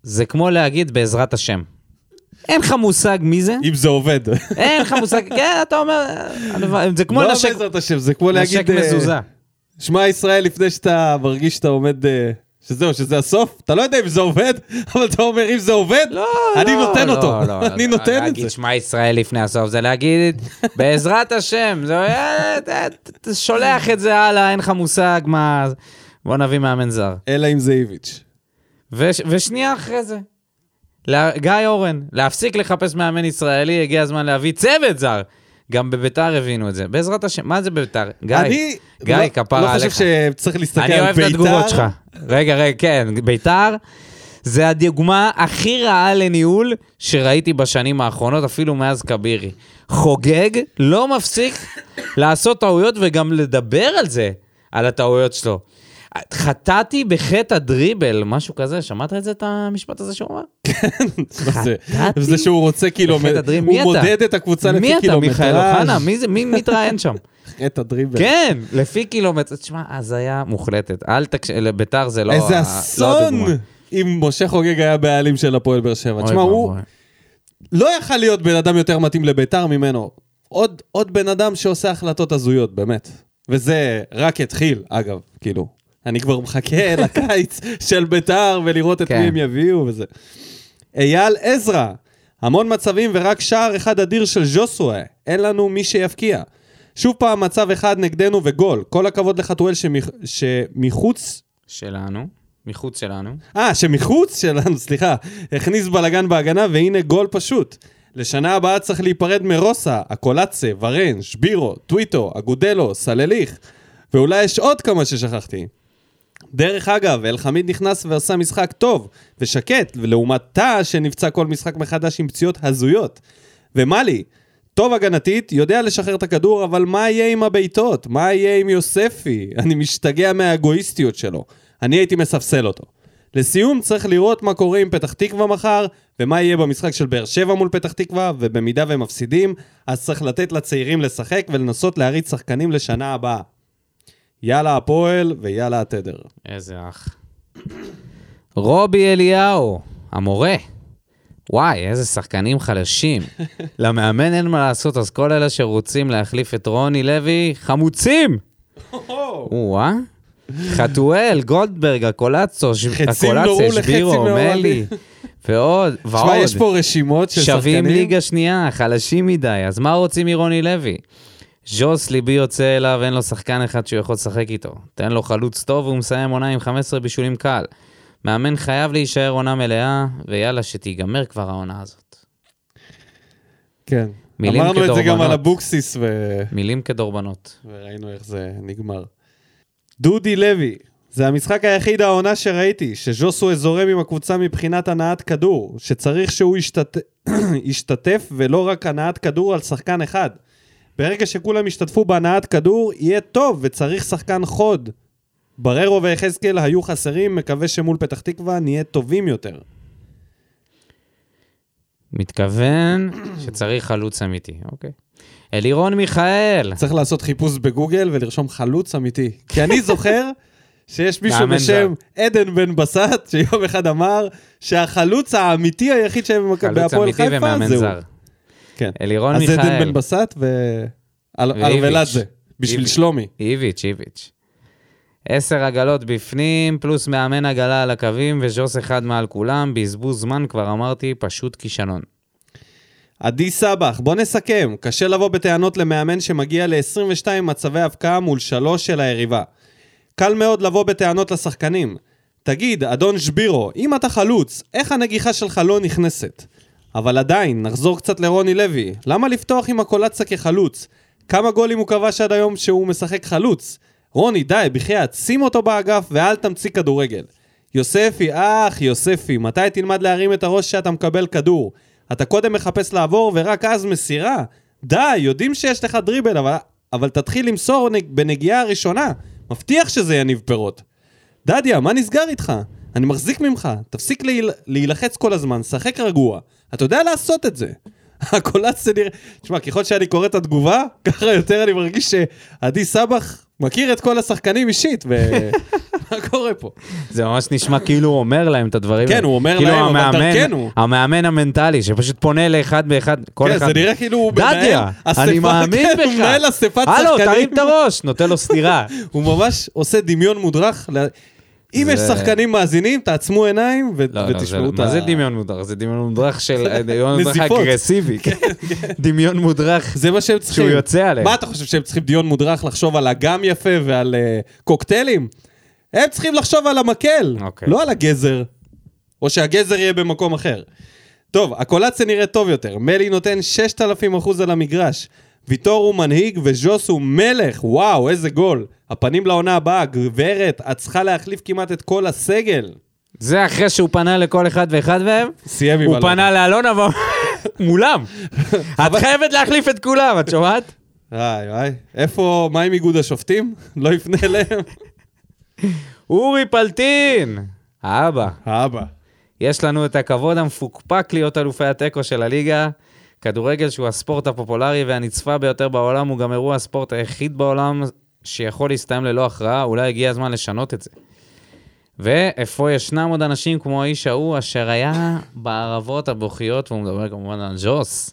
זה כמו להגיד בעזרת השם. אין לך מושג מי זה? אם זה עובד. אין לך מושג, כן, אתה אומר, זה כמו לא נשק, בעזרת השם, זה כמו להגיד... נשק מזוזה. שמע ישראל לפני שאתה מרגיש שאתה עומד... שזהו, שזה הסוף, אתה לא יודע אם זה עובד, אבל אתה אומר, אם זה עובד, לא, אני לא, נותן לא, אותו, לא, אני לא, נותן את זה. להגיד שמע ישראל לפני הסוף, זה להגיד, בעזרת השם, זה, אתה שולח את זה הלאה, אין לך מושג מה, בוא נביא מאמן זר. אלא אם זה איביץ'. וש, ושנייה אחרי זה, גיא אורן, להפסיק לחפש מאמן ישראלי, הגיע הזמן להביא צוות זר. גם בביתר הבינו את זה. בעזרת השם, מה זה בביתר? גיא, אני גיא, לא, כפרה לא עליך. חושב שצריך להסתכל על אני ביתר. אוהב את התגובות שלך. רגע, רגע, כן, ביתר זה הדוגמה הכי רעה לניהול שראיתי בשנים האחרונות, אפילו מאז קבירי. חוגג, לא מפסיק לעשות טעויות וגם לדבר על זה, על הטעויות שלו. חטאתי בחטא הדריבל, משהו כזה, שמעת את זה, את המשפט הזה שהוא אמר? חטאתי? זה שהוא רוצה קילומטר, הוא מודד את הקבוצה לפי קילומטראז'. מי אתה, מיכאל אוחנה? מי מתראיין שם? חטא הדריבל. כן, לפי קילומטר, תשמע, אז היה מוחלטת. אל תקשיב, לביתר זה לא... איזה אסון אם משה חוגג היה בעלים של הפועל באר שבע. תשמע, הוא לא יכל להיות בן אדם יותר מתאים לביתר ממנו. עוד בן אדם שעושה החלטות הזויות, באמת. וזה רק התחיל, אגב, כאילו. אני כבר מחכה לקיץ של ביתר ולראות את מי הם יביאו וזה. אייל עזרא, המון מצבים ורק שער אחד אדיר של ז'וסווה. אין לנו מי שיפקיע. שוב פעם מצב אחד נגדנו וגול. כל הכבוד לחתואל שמח... שמחוץ... שלנו. מחוץ שלנו. אה, שמחוץ שלנו, סליחה. הכניס בלגן בהגנה והנה גול פשוט. לשנה הבאה צריך להיפרד מרוסה, הקולצה, ורן, שבירו, טוויטו, אגודלו, סלליך. ואולי יש עוד כמה ששכחתי. דרך אגב, אלחמיד נכנס ועשה משחק טוב ושקט, ולעומת תא שנפצע כל משחק מחדש עם פציעות הזויות. ומלי, טוב הגנתית, יודע לשחרר את הכדור, אבל מה יהיה עם הביתות? מה יהיה עם יוספי? אני משתגע מהאגואיסטיות שלו. אני הייתי מספסל אותו. לסיום, צריך לראות מה קורה עם פתח תקווה מחר, ומה יהיה במשחק של באר שבע מול פתח תקווה, ובמידה והם מפסידים, אז צריך לתת לצעירים לשחק ולנסות להריץ שחקנים לשנה הבאה. יאללה הפועל ויאללה התדר. איזה אח. רובי אליהו, המורה. וואי, איזה שחקנים חלשים. למאמן אין מה לעשות, אז כל אלה שרוצים להחליף את רוני לוי, חמוצים! וואה. חתואל, גולדברג, הקולצו, הקולצה, שבירו, מלי, ועוד, ועוד. שמה, יש פה רשימות של שחקנים. שווים ליגה שנייה, חלשים מדי, אז מה רוצים מרוני לוי? ז'וס ליבי יוצא אליו, אין לו שחקן אחד שהוא יכול לשחק איתו. תן לו חלוץ טוב והוא מסיים עונה עם חמש עשרה בישולים קל. מאמן חייב להישאר עונה מלאה, ויאללה שתיגמר כבר העונה הזאת. כן. אמרנו את זה גם על הבוקסיס. ו... מילים כדורבנות. וראינו איך זה נגמר. דודי לוי, זה המשחק היחיד העונה שראיתי, שז'וסו אזורם עם הקבוצה מבחינת הנעת כדור, שצריך שהוא ישתת... ישתתף ולא רק הנעת כדור על שחקן אחד. ברגע שכולם ישתתפו בהנעת כדור, יהיה טוב וצריך שחקן חוד. בררו ויחזקאל היו חסרים, מקווה שמול פתח תקווה נהיה טובים יותר. מתכוון שצריך חלוץ אמיתי, אוקיי. אלירון מיכאל. צריך לעשות חיפוש בגוגל ולרשום חלוץ אמיתי. כי אני זוכר שיש מישהו בשם עדן בן בסט, שיום אחד אמר שהחלוץ האמיתי היחיד שהם בהפועל חיפה זהו. כן. אלירון מיכאל. אז עדן בן בסט ואלבלאזה, בשביל שלומי. איביץ', איביץ'. עשר עגלות בפנים, פלוס מאמן עגלה על הקווים, וז'וס אחד מעל כולם, בזבוז זמן, כבר אמרתי, פשוט כישנון. עדי סבח, בוא נסכם. קשה לבוא בטענות למאמן שמגיע ל-עשרים ושתיים מצבי הפקעה מול שלוש של היריבה. קל מאוד לבוא בטענות לשחקנים. תגיד, אדון שבירו, אם אתה חלוץ, איך הנגיחה שלך לא נכנסת? אבל עדיין, נחזור קצת לרוני לוי. למה לפתוח עם הקולצה כחלוץ? כמה גולים הוא כבש עד היום שהוא משחק חלוץ? רוני, די, בחייאת, שים אותו באגף ואל תמציא כדורגל. יוספי, אח, יוספי, מתי תלמד להרים את הראש שאתה מקבל כדור? אתה קודם מחפש לעבור ורק אז מסירה. די, יודעים שיש לך דריבל, אבל, אבל תתחיל למסור בנגיעה הראשונה. מבטיח שזה יניב פירות. דדיה, מה נסגר איתך? אני מחזיק ממך. תפסיק להיל... להילחץ כל הזמן, שחק רגוע. אתה יודע לעשות את זה. הקולץ זה נראה... תשמע, ככל שאני קורא את התגובה, ככה יותר אני מרגיש שעדי סבח מכיר את כל השחקנים אישית, ומה קורה פה? זה ממש נשמע כאילו הוא אומר להם את הדברים. כן, הוא אומר להם, אבל דרכנו. המאמן המנטלי, שפשוט פונה לאחד באחד, כל אחד. כן, זה נראה כאילו הוא דדיה, אני מאמין בך. הוא מנהל אספת שחקנים. הלו, תרים את הראש, נותן לו סתירה. הוא ממש עושה דמיון מודרך. אם יש שחקנים מאזינים, תעצמו עיניים ותשמעו את ה... מה זה דמיון מודרך? זה דמיון מודרך של... דמיון מודרך אגרסיבי. דמיון מודרך זה מה שהם צריכים. שהוא יוצא עליהם. מה אתה חושב שהם צריכים דמיון מודרך לחשוב על אגם יפה ועל קוקטיילים? הם צריכים לחשוב על המקל, לא על הגזר. או שהגזר יהיה במקום אחר. טוב, הקולציה נראה טוב יותר. מלי נותן ששת אלפים אחוז על המגרש. ויטור הוא מנהיג וז'וס הוא מלך. וואו, איזה גול. הפנים לעונה הבאה, גברת, את צריכה להחליף כמעט את כל הסגל. זה אחרי שהוא פנה לכל אחד ואחד מהם? סיים עם הוא פנה לאלונה מולם. את חייבת להחליף את כולם, את שומעת? איי, איי. איפה, מה עם איגוד השופטים? לא יפנה אליהם. אורי פלטין. האבא. האבא. יש לנו את הכבוד המפוקפק להיות אלופי הטקו של הליגה. כדורגל שהוא הספורט הפופולרי והנצפה ביותר בעולם, הוא גם אירוע הספורט היחיד בעולם שיכול להסתיים ללא הכרעה, אולי הגיע הזמן לשנות את זה. ואיפה ישנם עוד אנשים כמו האיש ההוא, אשר היה בערבות הבוכיות, והוא מדבר כמובן על ג'וס.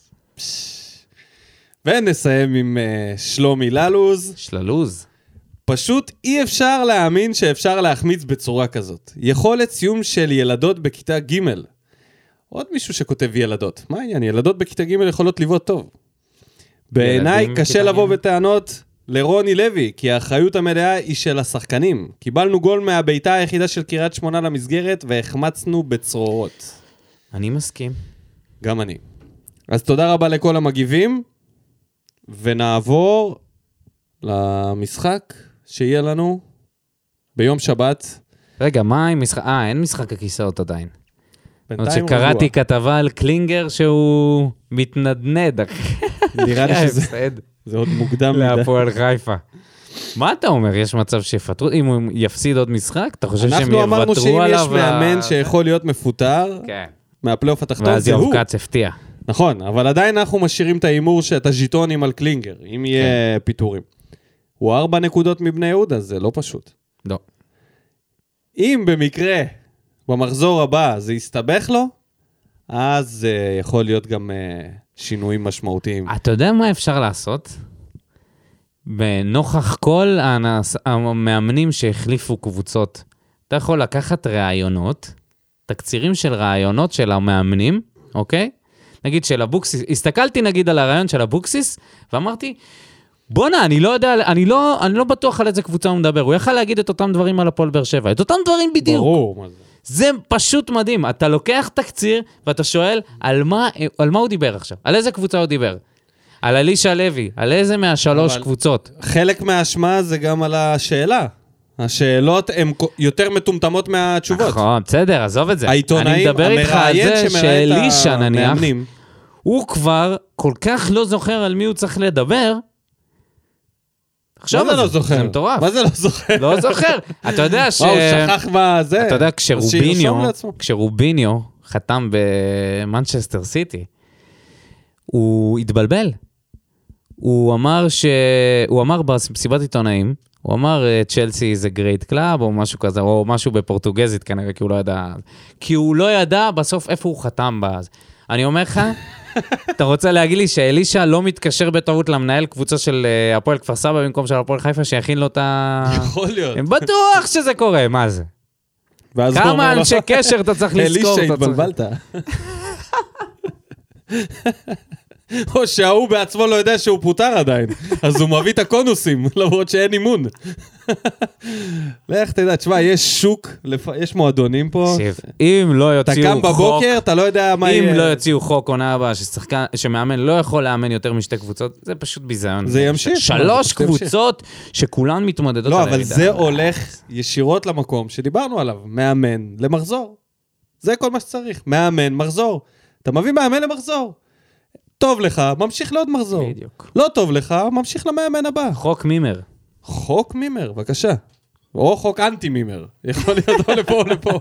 ונסיים עם uh, שלומי ללוז. שללוז. פשוט אי אפשר להאמין שאפשר להחמיץ בצורה כזאת. יכולת סיום של ילדות בכיתה ג'. עוד מישהו שכותב ילדות. מה העניין? ילדות בכיתה ג' יכולות לבעוט טוב. בעיניי קשה לבוא בטענות לרוני לוי, כי האחריות המלאה היא של השחקנים. קיבלנו גול מהביתה היחידה של קריית שמונה למסגרת, והחמצנו בצרורות. אני מסכים. גם אני. אז תודה רבה לכל המגיבים, ונעבור למשחק שיהיה לנו ביום שבת. רגע, מה עם משחק? אה, אין משחק הכיסאות עדיין. עוד שקראתי כתבה על קלינגר שהוא מתנדנד. נראה לי שזה זה עוד מוקדם. להפועל חיפה. מה אתה אומר? יש מצב שיפטרו? אם הוא יפסיד עוד משחק, אתה חושב שהם יוותרו עליו? אנחנו אמרנו שאם יש מאמן שיכול להיות מפוטר, מהפלייאוף התחתון, ואז יואב כץ הפתיע. נכון, אבל עדיין אנחנו משאירים את האימור שאת הז'יטונים על קלינגר, אם יהיה פיטורים. הוא ארבע נקודות מבני יהודה, זה לא פשוט. לא. אם במקרה במחזור הבא זה יסתבך לו, אז uh, יכול להיות גם uh, שינויים משמעותיים. אתה יודע מה אפשר לעשות? בנוכח כל הנס... המאמנים שהחליפו קבוצות, אתה יכול לקחת רעיונות, תקצירים של רעיונות של המאמנים, אוקיי? נגיד של הבוקסיס, הסתכלתי נגיד על הרעיון של הבוקסיס, ואמרתי, בונה, אני לא יודע, אני לא, אני לא בטוח על איזה קבוצה הוא מדבר, הוא יכל להגיד את אותם דברים על הפועל באר שבע, את אותם דברים בדיוק. ברור, מה זה? זה פשוט מדהים, אתה לוקח תקציר, ואתה שואל על מה, על מה הוא דיבר עכשיו, על איזה קבוצה הוא דיבר, על אלישע לוי, על איזה מהשלוש קבוצות. חלק מהאשמה זה גם על השאלה, השאלות הן יותר מטומטמות מהתשובות. נכון, בסדר, עזוב את זה. העיתונאים, אני מדבר איתך על זה שאלישע נניח, המאמנים. הוא כבר כל כך לא זוכר על מי הוא צריך לדבר, מה זה לא זוכר? זה מטורף. מה זה לא זוכר? לא זוכר. אתה יודע ש... מה, הוא שכח מה זה? אתה יודע, כשרוביניו חתם במנצ'סטר סיטי, הוא התבלבל. הוא אמר ש... הוא אמר במסיבת עיתונאים, הוא אמר צ'לסי זה גרייט קלאב, או משהו כזה, או משהו בפורטוגזית כנראה, כי הוא לא ידע... כי הוא לא ידע בסוף איפה הוא חתם באז. אני אומר לך, אתה רוצה להגיד לי שאלישע לא מתקשר בטעות למנהל קבוצה של הפועל כפר סבא במקום של הפועל חיפה, שיכין לו את ה... יכול להיות. בטוח שזה קורה, מה זה? כמה אנשי קשר אתה צריך לזכור? אלישע, התבלבלת. או שההוא בעצמו לא יודע שהוא פוטר עדיין, אז הוא מביא את הקונוסים, למרות שאין אימון. לך תדע, תשמע, יש שוק, יש מועדונים פה. אם לא יוציאו חוק... אתה קם בבוקר, אתה לא יודע מה יהיה... אם לא יוציאו חוק עונה הבאה, שמאמן לא יכול לאמן יותר משתי קבוצות, זה פשוט ביזיון. זה ימשיך. שלוש קבוצות שכולן מתמודדות על הירידה. לא, אבל זה הולך ישירות למקום שדיברנו עליו, מאמן למחזור. זה כל מה שצריך, מאמן, מחזור. אתה מביא מאמן למחזור. טוב לך, ממשיך לעוד מחזור. בדיוק. לא טוב לך, ממשיך למאמן הבא. חוק מימר. חוק מימר, בבקשה. או חוק אנטי מימר. יכול להיות או לפה או לפה.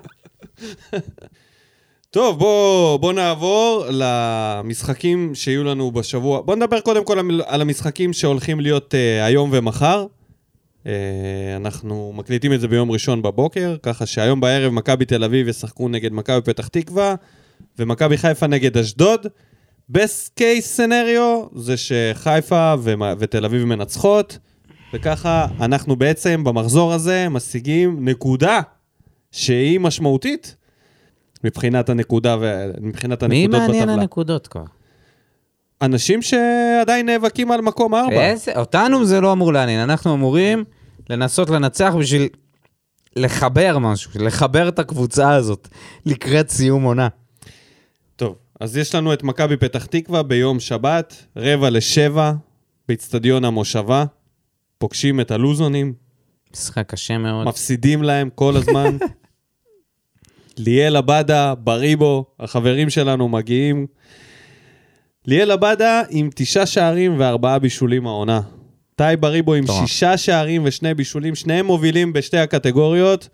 טוב, בוא, בוא נעבור למשחקים שיהיו לנו בשבוע. בוא נדבר קודם כל על המשחקים שהולכים להיות uh, היום ומחר. אנחנו מקליטים את זה ביום ראשון בבוקר, ככה שהיום בערב מכבי תל אביב ישחקו נגד מכבי פתח תקווה, ומכבי חיפה נגד אשדוד. best case scenario זה שחיפה ותל אביב מנצחות, וככה אנחנו בעצם במחזור הזה משיגים נקודה שהיא משמעותית מבחינת הנקודה ומבחינת הנקודות בטבלה. מי מעניין הנקודות כבר? אנשים שעדיין נאבקים על מקום ארבע. איזה? אותנו זה לא אמור לעניין, אנחנו אמורים לנסות לנצח בשביל לחבר משהו, לחבר את הקבוצה הזאת לקראת סיום עונה. טוב, אז יש לנו את מכבי פתח תקווה ביום שבת, רבע לשבע, באצטדיון המושבה, פוגשים את הלוזונים. משחק קשה מאוד. מפסידים להם כל הזמן. ליאל עבדה, בריבו, החברים שלנו מגיעים. ליאל עבדה עם תשעה שערים וארבעה בישולים העונה. טי בריבו עם טוב. שישה שערים ושני בישולים, שניהם מובילים בשתי הקטגוריות.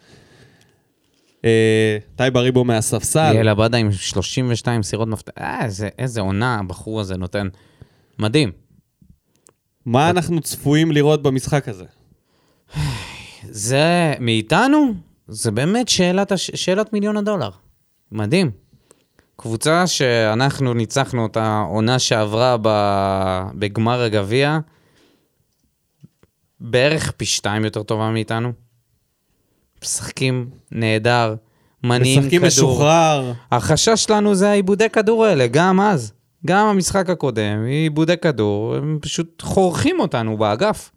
טי בריבו מהספסל. ליאל עבדה עם שלושים ושתיים סירות מפתח. אה, איזה, איזה עונה הבחור הזה נותן. מדהים. מה אנחנו צפויים לראות במשחק הזה? זה מאיתנו? זה באמת שאלת, שאלת מיליון הדולר. מדהים. קבוצה שאנחנו ניצחנו אותה עונה שעברה בגמר הגביע, בערך פי שתיים יותר טובה מאיתנו. משחקים נהדר, מניעים כדור. משחקים משוחרר. החשש שלנו זה העיבודי כדור האלה, גם אז. גם המשחק הקודם, עיבודי כדור, הם פשוט חורכים אותנו באגף.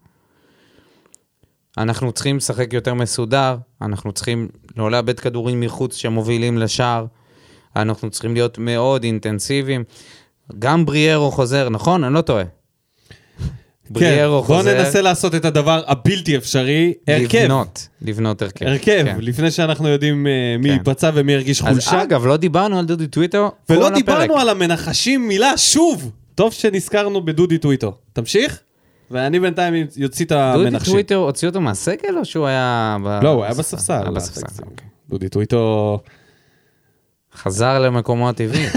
אנחנו צריכים לשחק יותר מסודר, אנחנו צריכים לא לאבד כדורים מחוץ שמובילים לשער, אנחנו צריכים להיות מאוד אינטנסיביים. גם בריארו חוזר, נכון? אני לא טועה. כן, בוא ננסה לעשות את הדבר הבלתי אפשרי, הרכב. לבנות, לבנות הרכב. הרכב, לפני שאנחנו יודעים מי ייפצע ומי ירגיש חולשה. אז אגב, לא דיברנו על דודי טוויטו. ולא דיברנו על המנחשים מילה, שוב. טוב שנזכרנו בדודי טוויטו. תמשיך? ואני בינתיים יוציא את המנחשים. דודי טוויטו הוציא אותו מהסגל או שהוא היה... לא, הוא היה בספסל. דודי טוויטו... חזר למקומו הטבעי.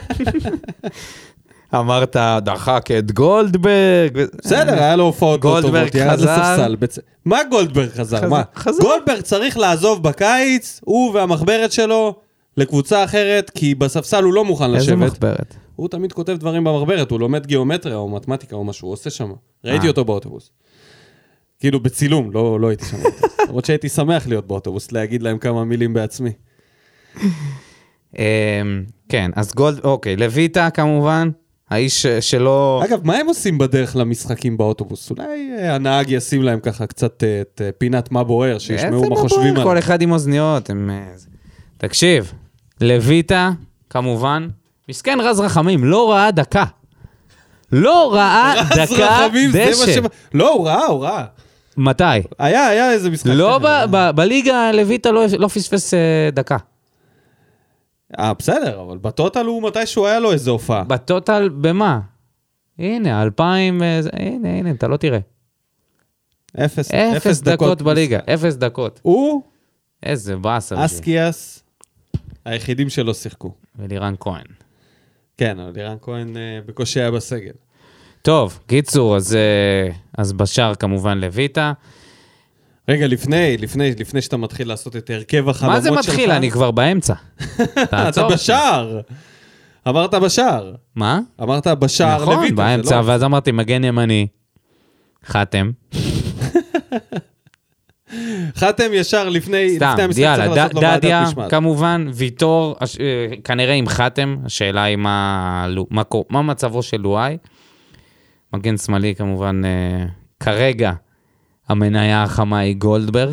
אמרת, דחק את גולדברג. בסדר, היה לו הופעות לא טובות. גולדברג חזר. מה גולדברג חזר? מה? גולדברג צריך לעזוב בקיץ, הוא והמחברת שלו, לקבוצה אחרת, כי בספסל הוא לא מוכן לשבת. איזה מחברת? הוא תמיד כותב דברים במחברת, הוא לומד גיאומטריה או מתמטיקה או משהו, הוא עושה שם. ראיתי אותו באוטובוס. כאילו בצילום, לא הייתי שם. למרות שהייתי שמח להיות באוטובוס, להגיד להם כמה מילים בעצמי. כן, אז גולד, אוקיי, לויטה כמובן, האיש שלו... אגב, מה הם עושים בדרך למשחקים באוטובוס? אולי הנהג ישים להם ככה קצת את פינת מה בוער, שישמעו מה חושבים עליו. כל אחד עם אוזניות. תקשיב, לויטה, כמובן, מסכן רז רחמים, לא ראה דקה. לא ראה דקה דשא. לא, הוא ראה, הוא ראה. מתי? היה, היה איזה משחק. לא, בליגה לויטה לא פספס דקה. אה, בסדר, אבל בטוטל הוא מתישהו היה לו איזה הופעה. בטוטל במה? הנה, אלפיים, הנה, הנה, אתה לא תראה. אפס, אפס דקות בליגה, אפס דקות. הוא? איזה באסה. אסקיאס, היחידים שלא שיחקו. ולירן כהן. כן, אבל לירן כהן בקושי היה בסגל. טוב, קיצור, אז, אז בשאר כמובן לויטה. רגע, לפני, לפני, לפני שאתה מתחיל לעשות את הרכב החלומות שלך. מה זה מתחיל? אני כבר באמצע. אתה בשער. אמרת בשער. מה? אמרת בשער לויטה. נכון, באמצע, ואז אמרתי מגן ימני. חתם. חתם ישר לפני... סתם, יאללה, דדיה, כמובן, ויתור, כנראה עם חתם, השאלה היא מה מצבו של לואי. מגן שמאלי, כמובן, כרגע, המניה החמה היא גולדברג.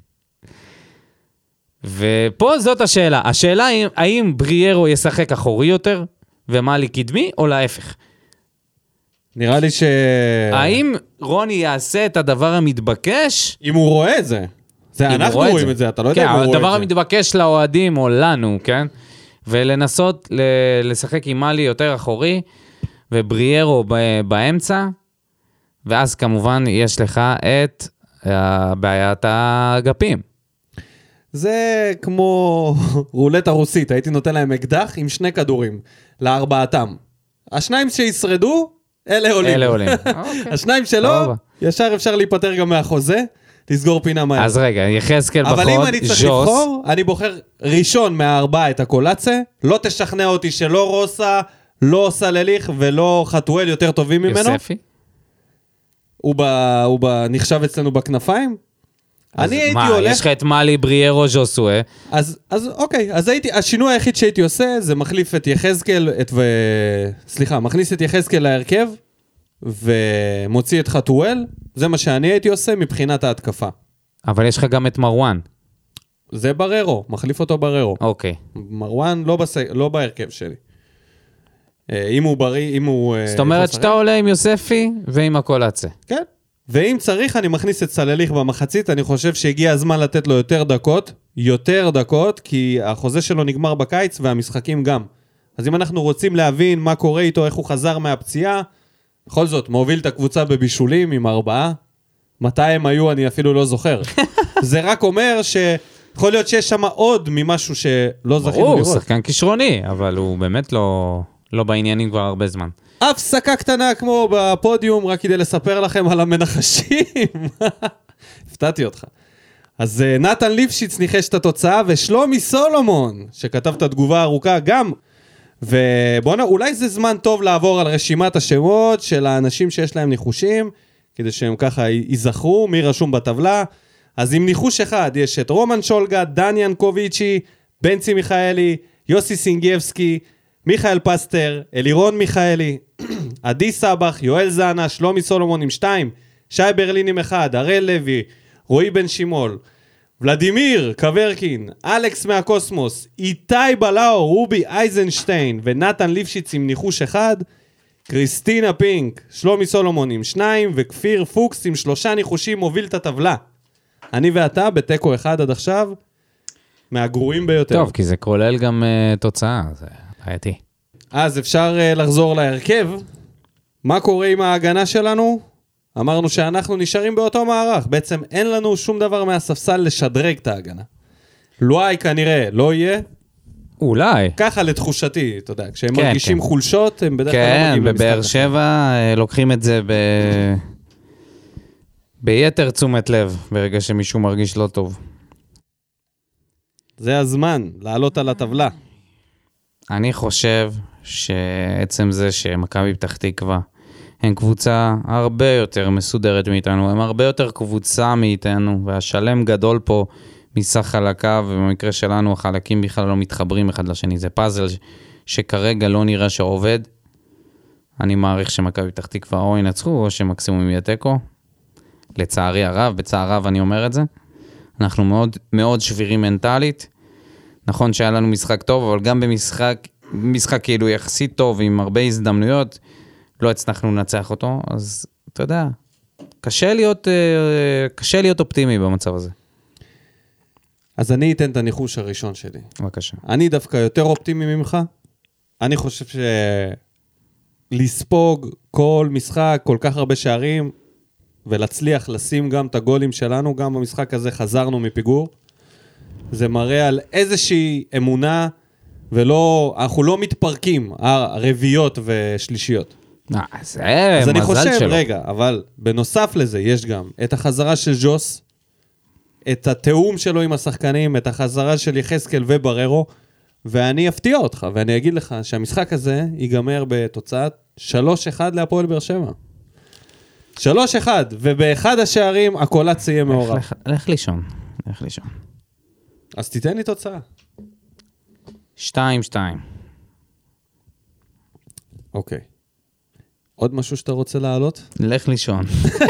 ופה זאת השאלה. השאלה היא, האם בריארו ישחק אחורי יותר, ומאלי קדמי, או להפך? נראה לי ש... האם רוני יעשה את הדבר המתבקש? אם הוא רואה את זה. זה אנחנו רואים את זה, אתה לא יודע אם הוא רואה את זה. הדבר המתבקש לאוהדים או לנו, כן? ולנסות לשחק עם מאלי יותר אחורי, ובריארו באמצע, ואז כמובן יש לך את בעיית האגפים. זה כמו רולטה רוסית, הייתי נותן להם אקדח עם שני כדורים, לארבעתם. השניים שישרדו, אלה עולים. אלה עולים. השניים שלו, ישר אפשר להיפטר גם מהחוזה, לסגור פינה מהר. אז רגע, יחזקאל בחוד, אבל אם אני צריך לבחור, אני בוחר ראשון מהארבעה את הקולצה, לא תשכנע אותי שלא רוסה, לא סלליך ולא חתואל יותר טובים ממנו. יוספי? הוא, ב, הוא ב, נחשב אצלנו בכנפיים? אני הייתי מה, הולך... יש לך את מאלי, בריארו, ז'וסואה. אז, אז אוקיי, אז הייתי, השינוי היחיד שהייתי עושה, זה מחליף את יחזקאל, את ו... סליחה, מכניס את יחזקאל להרכב, ומוציא את חתואל, זה מה שאני הייתי עושה מבחינת ההתקפה. אבל יש לך גם את מרואן. זה בררו, מחליף אותו בררו. אוקיי. מרואן לא, בס... לא בהרכב שלי. אם הוא בריא, אם הוא... זאת אומרת שאתה עולה עם יוספי ועם הקולצה. כן. ואם צריך, אני מכניס את סלליך במחצית, אני חושב שהגיע הזמן לתת לו יותר דקות, יותר דקות, כי החוזה שלו נגמר בקיץ והמשחקים גם. אז אם אנחנו רוצים להבין מה קורה איתו, איך הוא חזר מהפציעה, בכל זאת, מוביל את הקבוצה בבישולים עם ארבעה, מתי הם היו, אני אפילו לא זוכר. זה רק אומר שיכול להיות שיש שם עוד ממשהו שלא זכינו לראות. הוא שחקן כישרוני, אבל הוא באמת לא, לא בעניינים כבר הרבה זמן. הפסקה קטנה כמו בפודיום, רק כדי לספר לכם על המנחשים. הפתעתי אותך. אז נתן ליפשיץ ניחש את התוצאה, ושלומי סולומון, שכתב את התגובה הארוכה גם, ובואו, אולי זה זמן טוב לעבור על רשימת השמות של האנשים שיש להם ניחושים, כדי שהם ככה ייזכרו מי רשום בטבלה. אז עם ניחוש אחד יש את רומן שולגה, דן ינקוביצ'י, בנצי מיכאלי, יוסי סינגייבסקי, מיכאל פסטר, אלירון מיכאלי, עדי סבח, יואל זנה, שלומי סולומון עם שתיים, שי ברלין עם אחד, הראל לוי, רועי בן שימול, ולדימיר קברקין, אלכס מהקוסמוס, איתי בלאו, רובי אייזנשטיין ונתן ליפשיץ עם ניחוש אחד, קריסטינה פינק, שלומי סולומון עם שניים, וכפיר פוקס עם שלושה ניחושים מוביל את הטבלה. אני ואתה בטקו אחד עד עכשיו, מהגרועים ביותר. טוב, כי זה כולל גם uh, תוצאה, זה בעייתי. אז אפשר uh, לחזור להרכב. מה קורה עם ההגנה שלנו? אמרנו שאנחנו נשארים באותו מערך. בעצם אין לנו שום דבר מהספסל לשדרג את ההגנה. לואי כנראה לא יהיה. אולי. ככה לתחושתי, אתה יודע, כשהם כן, מרגישים כן. חולשות, הם בדרך כלל כן, לא מגיעים במשחק. כן, בבאר שבע לוקחים את זה ב... ביתר תשומת לב, ברגע שמישהו מרגיש לא טוב. זה הזמן, לעלות על הטבלה. אני חושב שעצם זה שמכבי פתח תקווה, הם קבוצה הרבה יותר מסודרת מאיתנו, הם הרבה יותר קבוצה מאיתנו, והשלם גדול פה מסך חלקיו, ובמקרה שלנו החלקים בכלל לא מתחברים אחד לשני. זה פאזל שכרגע לא נראה שעובד. אני מעריך שמכבי פתח תקווה או ינצחו, או שמקסימום יהיה תיקו. לצערי הרב, בצער רב אני אומר את זה. אנחנו מאוד, מאוד שבירים מנטלית. נכון שהיה לנו משחק טוב, אבל גם במשחק, משחק כאילו יחסית טוב, עם הרבה הזדמנויות, לא הצלחנו לנצח אותו, אז אתה יודע, קשה להיות, קשה להיות אופטימי במצב הזה. אז אני אתן את הניחוש הראשון שלי. בבקשה. אני דווקא יותר אופטימי ממך. אני חושב שלספוג כל משחק, כל כך הרבה שערים, ולהצליח לשים גם את הגולים שלנו, גם במשחק הזה חזרנו מפיגור. זה מראה על איזושהי אמונה, ולא, אנחנו לא מתפרקים, הרביעיות ושלישיות. אה, זה מזל שלו. אז אני חושב, רגע, אבל בנוסף לזה יש גם את החזרה של ג'וס, את התאום שלו עם השחקנים, את החזרה של יחזקאל ובררו, ואני אפתיע אותך, ואני אגיד לך שהמשחק הזה ייגמר בתוצאת שלוש אחד להפועל באר שבע. שלוש אחד, ובאחד השערים הקולץ יהיה מעורב. לך לישון, לך לישון. אז תיתן לי תוצאה. שתיים, שתיים. אוקיי. עוד משהו שאתה רוצה להעלות? לך לישון.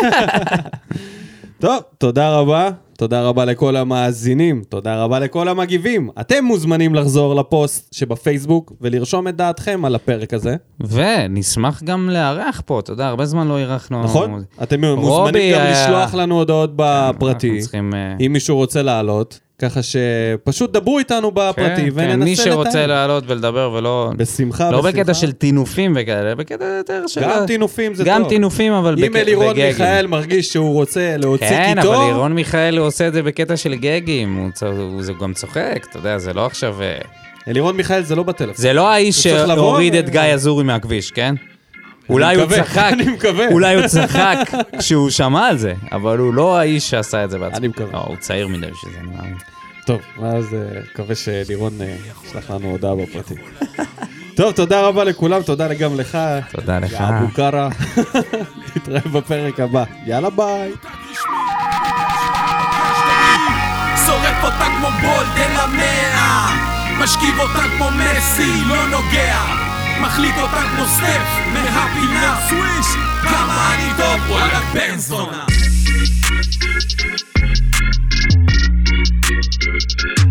טוב, תודה רבה. תודה רבה לכל המאזינים, תודה רבה לכל המגיבים. אתם מוזמנים לחזור לפוסט שבפייסבוק ולרשום את דעתכם על הפרק הזה. ונשמח גם לארח פה, אתה יודע, הרבה זמן לא אירחנו. נכון? אתם מוזמנים גם לשלוח לנו הודעות בפרטי, אם מישהו רוצה לעלות. ככה שפשוט דברו איתנו בפרטי, וננסה לתאם. מי שרוצה לעלות ולדבר ולא... בשמחה, לא בקטע של טינופים וכאלה, בקטע יותר של... גם טינופים זה טוב. גם טינופים, אבל בגגים. אם אלירון מיכאל מרגיש שהוא רוצה להוציא קיטור... כן, אבל אלירון מיכאל הוא עושה את זה בקטע של גגים, הוא גם צוחק, אתה יודע, זה לא עכשיו... אלירון מיכאל זה לא בטלפון. זה לא האיש שהוריד את גיא אזורי מהכביש, כן? אולי הוא צחק, אני מקווה. אולי הוא צחק כשהוא שמע על זה, אבל הוא לא האיש שעשה את זה בעצמו. אני מקווה. לא, הוא צעיר מדי שזה, אני מאמין. טוב, אז מקווה שלירון ישלח לנו הודעה בפרטים. טוב, תודה רבה לכולם, תודה גם לך. תודה לך. יא אבו קארה. נתראה בפרק הבא. יאללה ביי. שורף אותה כמו בולדן המאה, משכיב אותה כמו מסי, לא נוגע, מחליט אותה כמו סטף מהפינה, סוויש, כמה אני טוב, וואלה בן זונה.